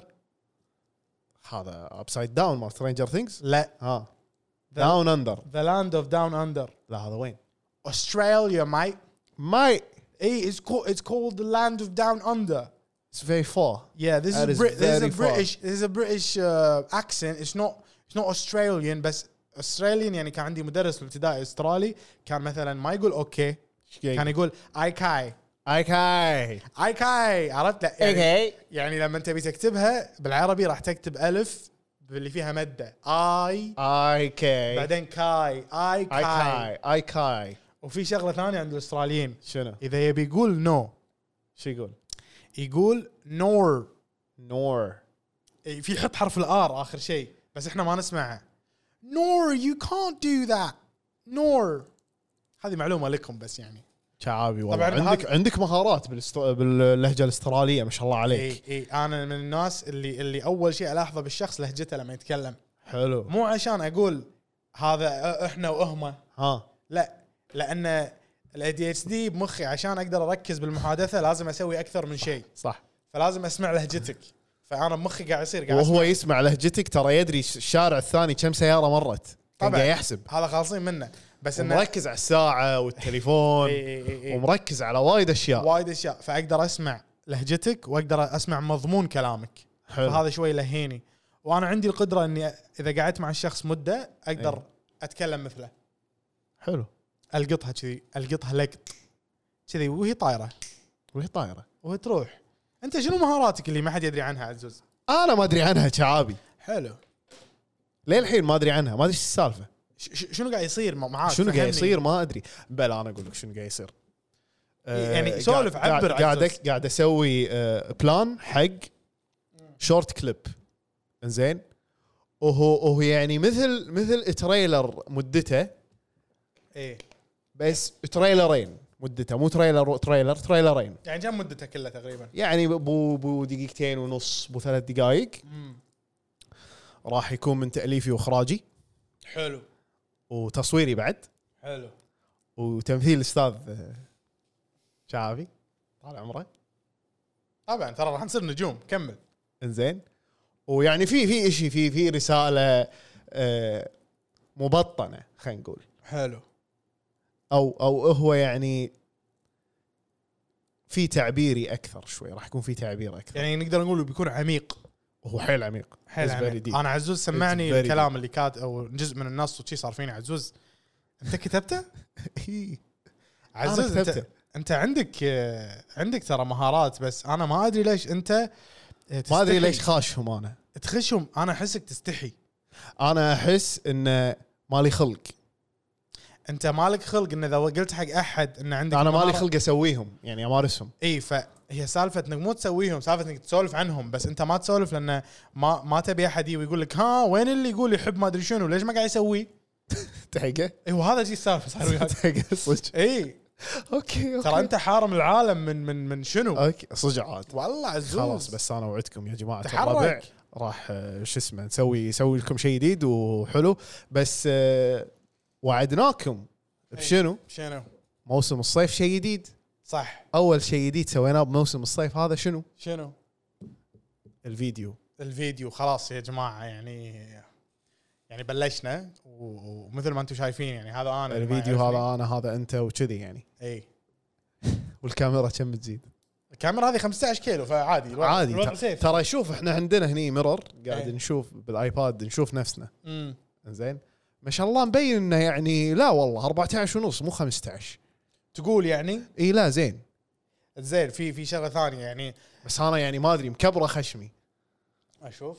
هذا upside down مال Stranger Things. لا ها The- down under. ذا لاند اوف داون اندر. لا هذا وين؟ استراليا ماي. ماي اي it's called it's called the land of down under. it's very far. Yeah, this That is, is Brit- this is a very far. British this is a British uh, accent. It's not it's not Australian بس Australian. يعني كان عندي مدرس بالابتدائي استرالي كان مثلا ما يقول اوكي، كان يقول اي كاي okay اي كاي. عرفت؟ لا يعني, okay يعني لما انت بتكتبها بالعربي راح تكتب الف اللي فيها مده اي okay بعدين كاي اي كاي. okay okay وفي شغله ثانيه عند الاستراليين، شنو؟ اذا يبي يقول نو شو يقول؟ يقول نور. nor في يحط حرف الار اخر شيء بس احنا ما نسمعه. نور you can't do that. نور. هذه معلومه لكم بس يعني. شعابي والله. طبعاً عندك هذا- عندك مهارات بالست... باللهجه الاستراليه ما شاء الله عليك. اي اي انا من الناس اللي اللي اول شيء الاحظه بالشخص لهجته لما يتكلم، حلو. مو عشان اقول هذا احنا وهم، ها لا، لان الاي دي اتش دي بمخي عشان اقدر اركز بالمحادثه لازم اسوي اكثر من شيء، صح. فلازم اسمع لهجتك. فانا بمخي قاعد يصير قاعد وهو أسمع. يسمع لهجتك ترى يدري الشارع الثاني كم سياره مرت. كان طبعاً. قاعد يحسب. هذا خالصين منه بس انه ومركز على الساعه والتليفون إي إي إي إي. ومركز على وايد اشياء. وايد اشياء، فاقدر اسمع لهجتك واقدر اسمع مضمون كلامك. حلو. فهذا شوي لهيني، وانا عندي القدره اني اذا قعدت مع الشخص مده اقدر إيه. اتكلم مثله. حلو. القطها كذي، القطها لقط كذي وهي طايره وهي طايره. وهي تروح. انت شنو مهاراتك اللي ما حد يدري عنها عزوز؟ انا ما ادري عنها شعابي، حلو. ليه الحين ما ادري عنها، ما ادري ايش السالفه. ش- ش- شنو قاعد يصير معاك؟ شنو قاعد فهمني. يصير ما ادري. بلا انا اقول لك شنو قاعد يصير. يعني آه، سولف، قاعد- عبر قاعد عزوز. قاعد اسوي آه، بلان حق شورت كليب. انزين وهو وهو يعني مثل مثل تريلر مدته، ايه بس تريلرين مدته، مو تريلر تريلر تريلرين. يعني كم مدته كلها تقريبا؟ يعني بو بو دقيقتين ونص بو ثلاث دقائق. مم. راح يكون من تأليفي واخراجي حلو وتصويري بعد حلو. وتمثيل الاستاذ شعبي طال عمره. طبعا ترى راح نصير نجوم. كمل. انزين ويعني في في شيء في في رساله آه، مبطنه خلينا نقول، حلو. او او هو يعني في تعبيري اكثر شوي، راح يكون في تعبير اكثر. يعني نقدر نقول بيكون عميق. وهو حيل عميق. حيل It's very عميق. deep. انا عزوز سمعني It's very الكلام اللي كات او جزء من النص وشي صار فيني. عزوز انت كتبته؟ إيه. عزوز أنا انت كتبته. انت عندك عندك ترى مهارات، بس انا ما ادري ليش انت ما ادري ليش خاشهم انا تخشهم. انا احسك تستحي. انا احس ان مالي خلق. انت مالك خلق ان اذا قلت حق احد ان عندك انا مالي مهارة- خلق اسويهم يعني امارسهم. اي فهي سالفه انك مو تسويهم، سالفه انك تسولف عنهم، بس انت ما تسولف لان ما ما تبي احد يجي ويقول لك ها وين اللي يقول يحب ما ادري شنو، ليش ما قاعد يسوي؟ تحقه اي وهذا شيء السالفه صار وياك. تحقه صدق. اي اوكي ترى انت حارم العالم من من من شنو؟ اوكي صدق عاد. والله عزوز خلاص بس انا وعدتكم يا جماعه تحرك. الربع راح آه، شو اسمه نسوي نسوي لكم شيء جديد وحلو، بس آه، وعدناكم بشنو؟ شنو؟ موسم الصيف شيء جديد. صح. اول شيء جديد سويناه بموسم الصيف هذا شنو؟ شنو؟ الفيديو. الفيديو. خلاص يا جماعه يعني يعني بلشنا و- ومثل ما انتم شايفين يعني هذا انا اللي ما الفيديو يعرفني. هذا انا هذا انت وكذي يعني. اي والكاميرا كم تزيد؟ الكاميرا هذه خمسة عشر كيلو فعادي الوضع عادي الوضع ت- سيف. ترى شوف احنا عندنا هني ميرور قاعد إيه. نشوف بالايباد نشوف نفسنا امم زين ما شاء الله مبين انه يعني لا والله أربعة عشر ونص مو خمسة عشر. تقول يعني اي لا زين، زين. في في شغله ثانيه يعني بس انا يعني ما ادري مكبره خشمي. اشوف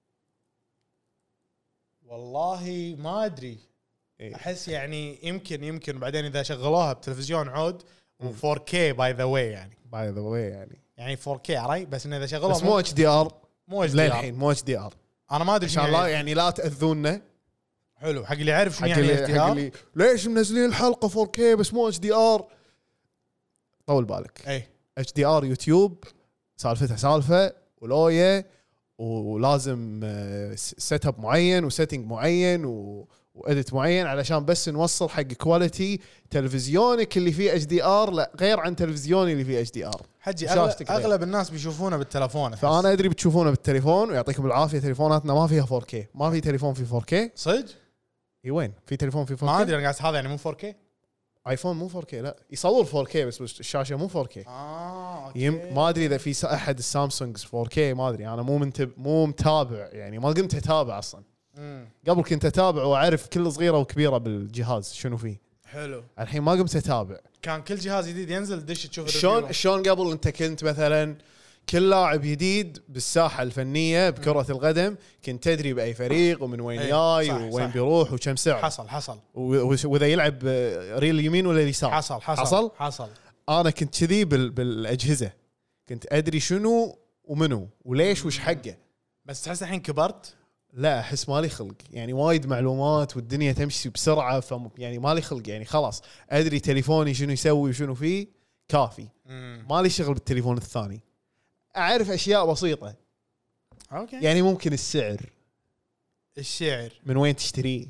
والله ما ادري. إيه. احس يعني يمكن يمكن بعدين اذا شغلوها بتلفزيون عود و4 كي باي ذا واي يعني باي ذا واي يعني يعني فور كي عري، بس انه اذا شغلوها بس مو اتش دي ار مو اتش دي ار. للحين مو اتش دي ار انا ما ادري ان شاء شنو الله يعني. يعني لا تاذونا. حلو حق اللي يعرف شنو حق يعني اللي اتش دي حق ار. اللي ليش منزلين الحلقه فور كي بس مو اتش دي ار، طول بالك. اي اتش دي ار يوتيوب سالفتها سالفه ولويه، ولازم سيت اب معين وسيتنج معين و واديت معين علشان بس نوصل حق كواليتي تلفزيونك اللي فيه اتش دي ار لا غير عن تلفزيوني اللي فيه اتش دي ار. حجي شاشتك أغلب, غير. اغلب الناس بيشوفونه بالتلفون أحس. فانا ادري بتشوفونه بالتليفون ويعطيكم العافيه تليفوناتنا ما فيها فور كي، ما في تليفون في فور كي. صدق اي وين في تليفون في فور كي؟ ما ادري انا قاعد هذا يعني مو فور كي. ايفون مو فور كي لا يصور فور كي بس الشاشه مو فور كي. اه اوكي. يم ما ادري اذا في س- احد السامسونج فور كي ما ادري، انا مو منتب مو متابع يعني ما قمت اتابع اصلا. مم. قبل كنت اتابع واعرف كل صغيره وكبيره بالجهاز شنو فيه، حلو. الحين ما قمت اتابع. كان كل جهاز جديد ينزل دش تشوف شلون الريفيو. شلون قبل انت كنت مثلا كل لاعب جديد بالساحه الفنيه بكره القدم كنت تدري باي فريق ومن وين إيه، جاي صح، وين صح. بيروح وكم سعر حصل حصل و- و- واذا يلعب آه، ريل اليمين ولا اليسار. حصل حصل حصل حصل. انا كنت كذي بال- بالاجهزه كنت ادري شنو ومنو وليش وش حقه. بس تحس الحين كبرت. لا احس مالي خلق يعني وايد معلومات والدنيا تمشي بسرعه ف يعني مالي خلق يعني خلاص ادري تليفوني شنو يسوي وشنو فيه كافي. مم. مالي شغل بالتليفون الثاني. اعرف اشياء بسيطه اوكي. يعني ممكن السعر الشعر. من وين تشتريه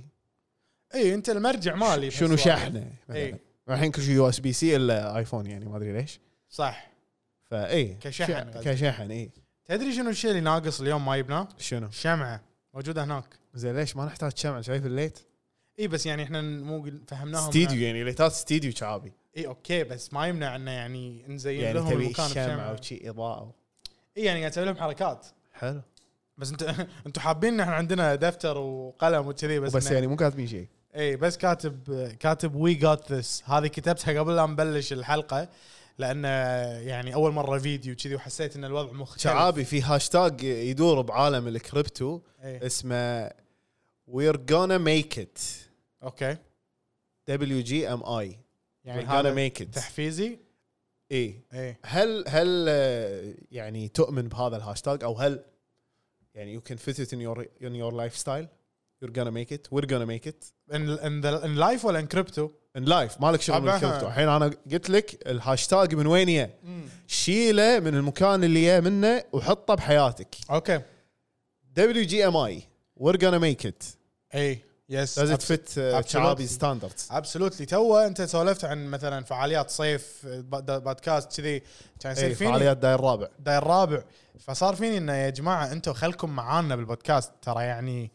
اي انت المرجع مالي شنو بس واحد. شحنه مثلا. إيه. الحين كل شيء يو اس بي سي الا ايفون يعني ما ادري ليش صح. فاي كشحن شع- قصدك. كشحن اي تدري شنو الشيء اللي ناقص اليوم ما يبنى؟ شنو شمعه موجوده هناك. زين ليش ما نحتاج شمع شايف الليت اي بس يعني احنا مو قل- فهمناهم استديو يعني ليتات استديو شعابي اي اوكي بس ما يمنع انه يعني نزين يعني لهم تبي المكان شمع بشمعه. وشي اضاءه اي يعني قاعد اسوي لهم حركات. حلو بس انت انتم حابين ان احنا عندنا دفتر وقلم وكذي بس بس إنه- يعني مو كاتبين شيء. اي بس كاتب كاتب وي جات ذس. هذه كتبتها قبل لا نبلش الحلقه لان يعني اول مره فيديو كذي وحسيت ان الوضع مختلف. شعابي في هاشتاج يدور بعالم الكريبتو إيه. اسمه we're gonna make it اوكي دبليو جي ام اي يعني we're gonna هذا make it. تحفيزي. ايه ايه هل هل آه، يعني تؤمن بهذا الهاشتاج او هل يعني you can fit it in your in your lifestyle you're gonna make it we're gonna make it ان ان ان لايف ولا ان كريبتو؟ in life مالك شغل طبعاً. بالكريبتو. الحين انا قلت لك الهاشتاج من وين يه شيله من المكان اللي يه منه وحطه بحياتك. اوكي. دبليو جي ام اي we're gonna make it اي يس does it fit uh, شعابي ستاندردز. ابسولوتلي. تو انت سولفت عن مثلا فعاليات صيف بودكاست كذي كان يصير ايه فيني فعاليات داير الرابع داير الرابع. فصار فيني انه يا جماعه انتم خلكم معانا بالبودكاست ترى يعني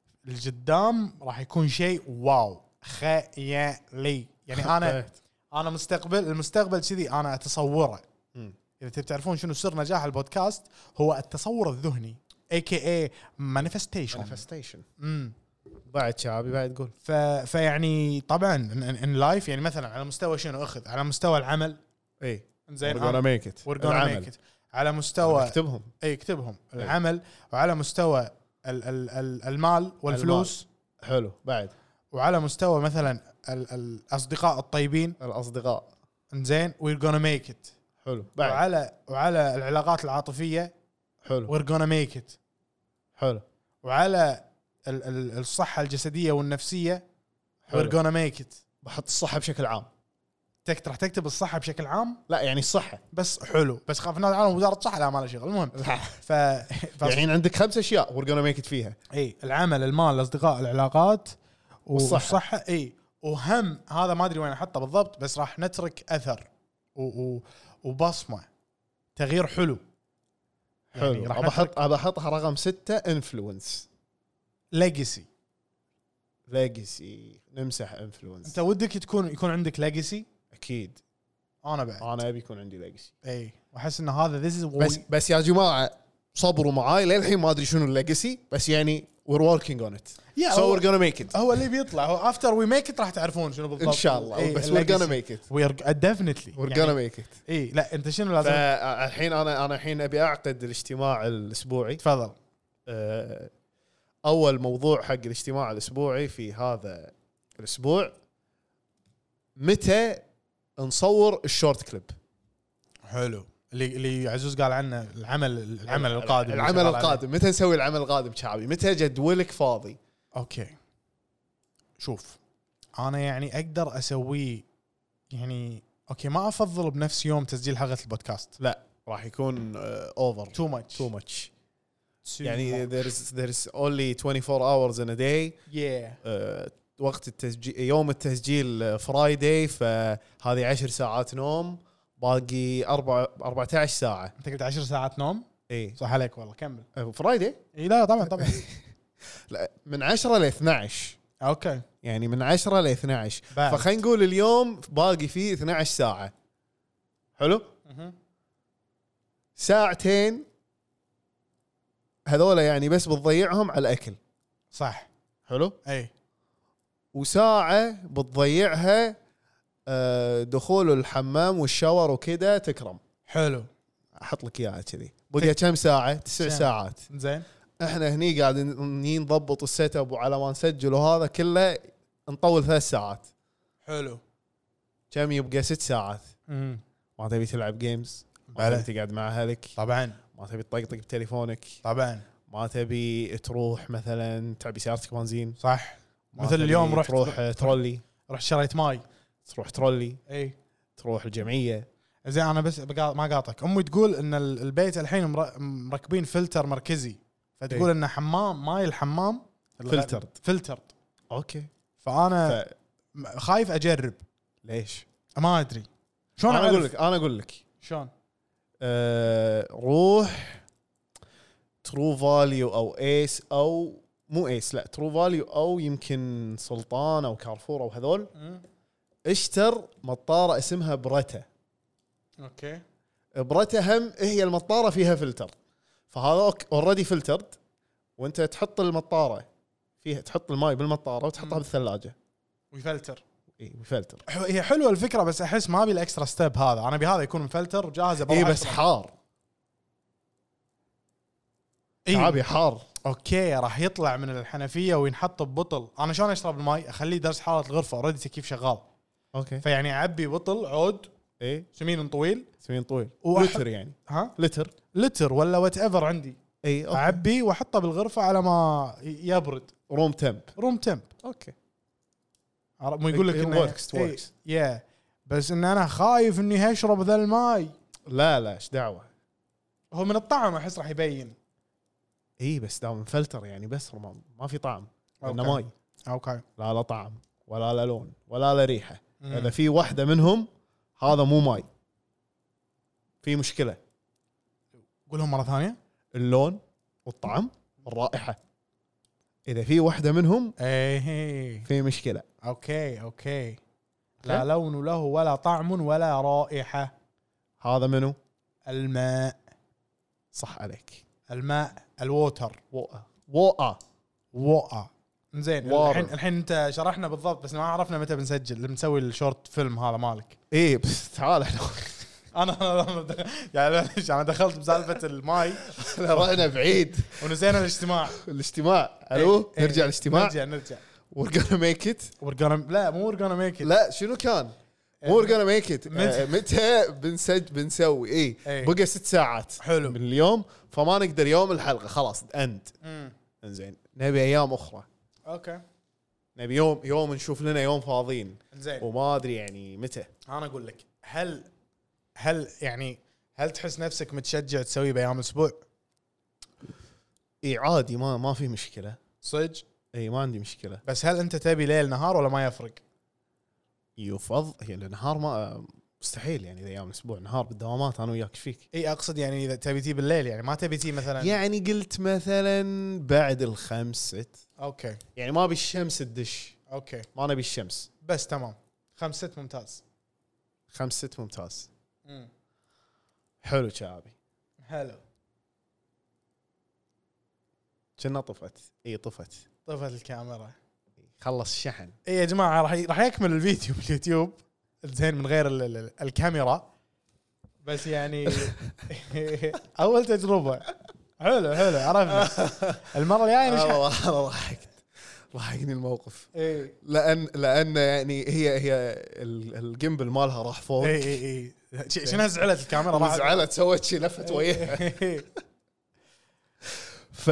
القدام راح يكون شيء واو خيالي. يعني انا انا مستقبل المستقبل كذي انا اتصوره. مم. اذا تبي تعرفون شنو سر نجاح البودكاست هو التصور الذهني اي كي اي مانيفستيشن. manifestation. امم بعد شعابي بعد تقول ف... فيعني طبعا ان لايف يعني مثلا على مستوى شنو اخذ على مستوى العمل اي زين we're gonna make it we're gonna العمل. make it على مستوى اكتبهم اي اكتبهم العمل، وعلى مستوى ال ال ال المال والفلوس المال. حلو بعد وعلى مستوى مثلا ال الاصدقاء الطيبين الاصدقاء زين we're gonna make it. حلو بعد وعلى وعلى العلاقات العاطفيه حلو we're gonna make it. حلو وعلى ال ال الصحه الجسديه والنفسيه حلو. we're gonna make it. بحط الصحه بشكل عام. تك راح تكتب الصحه بشكل عام لا يعني الصحه بس حلو، بس خاف الناس عالم وزاره الصحه لا ما له شغل. المهم ف, ف... يعني عندك خمس اشياء we're gonna make it فيها. اي العمل، المال، الاصدقاء، العلاقات والصحة. والصحه. اي وهم هذا ما ادري وين احطه بالضبط، بس راح نترك اثر و... و... وبصمه، تغيير حلو. حلو يعني راح ابى نترك احط ابى احطها رقم ستة انفلونس ليجاسي. ليجسي نمسح انفلونس. انت ودك تكون يكون عندك ليجاسي؟ اكيد انا بعد انا ابي يكون عندي ليجسي. اي واحس ان هذا this is بس بس يا جماعه صبروا معاي للحين ما ادري شنو الليجسي، بس يعني we're working on it Yeah, so هو- we're gonna make it هو اللي بيطلع هو after we make it راح تعرفون شنو بالضبط ان شاء الله. إيه، بس we're الليجاسي. gonna make it we are definitely we're يعني gonna make it. اي لا انت شنو لازم فالحين انا انا الحين ابي اعقد الاجتماع الاسبوعي. تفضل. أه، اول موضوع حق الاجتماع الاسبوعي في هذا الاسبوع متى نصور الشورت كليب. حلو اللي اللي عزوز قال عنه العمل العمل القادم العمل اللي شغال القادم متى نسوي العمل القادم شعبي؟ متى جدولك فاضي؟ عليه. اوكي شوف انا يعني اقدر اسويه يعني اوكي ما افضل بنفس يوم تسجيل حلقه البودكاست لا راح يكون اوفر تو ماتش تو ماتش. يعني there's there's only twenty-four hours in a day. yeah أه، وقت التسجيل يوم التسجيل فرايداي، فهذه عشر ساعات نوم، باقي أربعة أربعة عشر ساعة. انت قلت عشر ساعات نوم اي صح عليك والله كمل. فرايداي اي لا طبعا طبعا لا من عشرة ل اثنا عشر، اوكي يعني من عشرة ل اثنا عشر، بعد. فخلينا نقول اليوم باقي فيه اثنا عشر ساعة. حلو مهم. ساعتين هذولا يعني بس بتضيعهم على الأكل. صح حلو اي وساعة بتضيعها آه، دخول الحمام والشاور وكذا تكرم. حلو احط لك اياها كذي بقى كم ساعه؟ تسع ساعة. ساعات. زين احنا هني قاعدين نضبط السيت اب وعلى ما نسجل وهذا كله نطول ثلاث ساعات. حلو كم يبقى؟ ست ساعات. مم. ما تبي تلعب جيمز، ما بلى. تبي تقعد مع اهلك، طبعا ما تبي تطقطق بتليفونك، طبعا ما تبي تروح مثلا تعبي سيارتك بنزين، صح. ما مثل تبي اليوم رحت تروح ترولي، رحت شريت ماي. تروح ترولي، اي تروح الجمعيه. زين انا بس بقا... ما قاطعك. امي تقول ان ال- البيت الحين مر... مركبين فلتر مركزي، فتقول إيه. ان حمام ماي الحمام فلترد. فلترد. اوكي فانا ف... م- خايف اجرب ليش؟ ما ادري شلون انا أعرف؟ اقول لك انا اقول لك شلون أه روح ترو فاليو او ايس، او مو ايس لا ترو فاليو، او يمكن سلطان او كارفور او هذول. اشتر مطاره اسمها بريتا. اوكي بريتا هم هي المطاره فيها فلتر، فهذا اوريدي فلترد، وانت تحط المطاره فيها، تحط الماء بالمطاره وتحطها مم. بالثلاجه. ويفلتر. اي فلتر. ح- هي حلوه الفكره، بس احس ما ابي الاكسترا ستيب هذا. انا ابي هذا يكون مفلتر وجاهز. اي بس حار، شعبي حار. اوكي راح يطلع من الحنفيه وينحط ببطل. انا شلون اشرب الماي؟ اخليه درجه حراره الغرفه اوريدي تكييف شغال، اوكي فيعني اعبي بطل عود اي سمين طويل سمين طويل وأح- لتر يعني ها لتر. لتر ولا وات ايفر عندي، اي أوكي. اعبي واحطه بالغرفه على ما يبرد. روم تمب. روم تمب. اوكي مو يقول لك It انه works, it إيه، works. يا بس ان انا خايف اني هشرب ذا الماي. لا لا ايش دعوه. هو من الطعم احس راح يبين. اي بس دام فلتر يعني بس ما, ما في طعم، لانه أوكي. ماي. اوكي لا لا طعم ولا لا لون ولا لا ريحه. مم. اذا في واحده منهم هذا مو ماي، في مشكله. قولهم مره ثانيه. اللون والطعم والرائحه، اذا في واحده منهم ايه في مشكله. اوكي اوكي لا لون له ولا طعم ولا رائحه. هذا منو؟ الماء. صح عليك. الماء الووتر. وقع وقع وقع. زين وارد. الحين الحين انت شرحنا بالضبط، بس ما عرفنا متى بنسجل بنسوي الشورت فيلم هذا مالك. ايه بس تعال احنا انا أنا- يعني معليش، انا دخلت بسالفه الماي رحنا بعيد. ونسينا الاجتماع. الاجتماع الو إيه، نرجع إيه، الاجتماع. نرجع نرجع we're gonna make it. ورقانا لا مو ورقانا ميك لا شنو كان مو we're gonna make it. متى؟ آه، متى بنسج بنسوي اي إيه. بقى ست ساعات حلو. من اليوم، فما نقدر يوم الحلقه خلاص اند. امم انزين نبي ايام اخرى، اوكي نبي يوم يوم نشوف لنا يوم فاضيين، زين. وما ادري يعني متى. انا اقول لك، هل هل يعني هل تحس نفسك متشجع تسوي بايام الاسبوع؟ اي عادي، ما ما في مشكله. صدق؟ اي ما عندي مشكله. بس هل انت تبي ليل نهار ولا ما يفرق؟ يفضل هي النهار، ما مستحيل يعني اذا ايام الاسبوع نهار بالدوامات انا وياك ايش فيك. اي اقصد يعني اذا تبي تي بالليل، يعني ما تبي تي مثلا. يعني قلت مثلا بعد الخمس ست، اوكي يعني ما بالشمس تدش، اوكي ما نبي الشمس. بس تمام. خمس ست ممتاز. خمس ست ممتاز. امم حلو شعبي. حلو. كنا طفت. اي طفت. طفت الكاميرا. خلص الشحن. اي يا جماعه راح راح يكمل الفيديو باليوتيوب زين من غير ال ال الكاميرا، بس يعني اول تجربه. حلو حلو عرفنا. المره الجايه نشحن. والله انا ضحكت ضحكني الموقف، اي لان لان يعني هي هي ال- الجيمبل مالها راح فوق، اي اي اي شنو زعلت الكاميرا؟ راحت- زعلت سوت شي لفت وياها. ف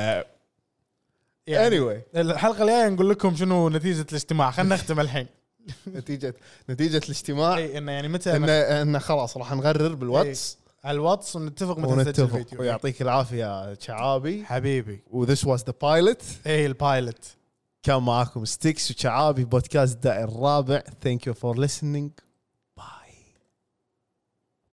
يعني anyway الحلقه الجايه نقول لكم شنو نتيجه الاجتماع. خلينا نختم الحين. نتيجه نتيجه الاجتماع اي انه يعني متى انه انه خلاص راح نقرر بالواتس على الواتس ونتفق متى نسجل ونتفق. الفيديو. ويعطيك العافيه شعابي. حبيبي. وذس واز ذا بايلوت. اي البايلوت. كان معاكم ستيكس وشعابي بودكاست دائر الرابع. ثانك يو فور listening.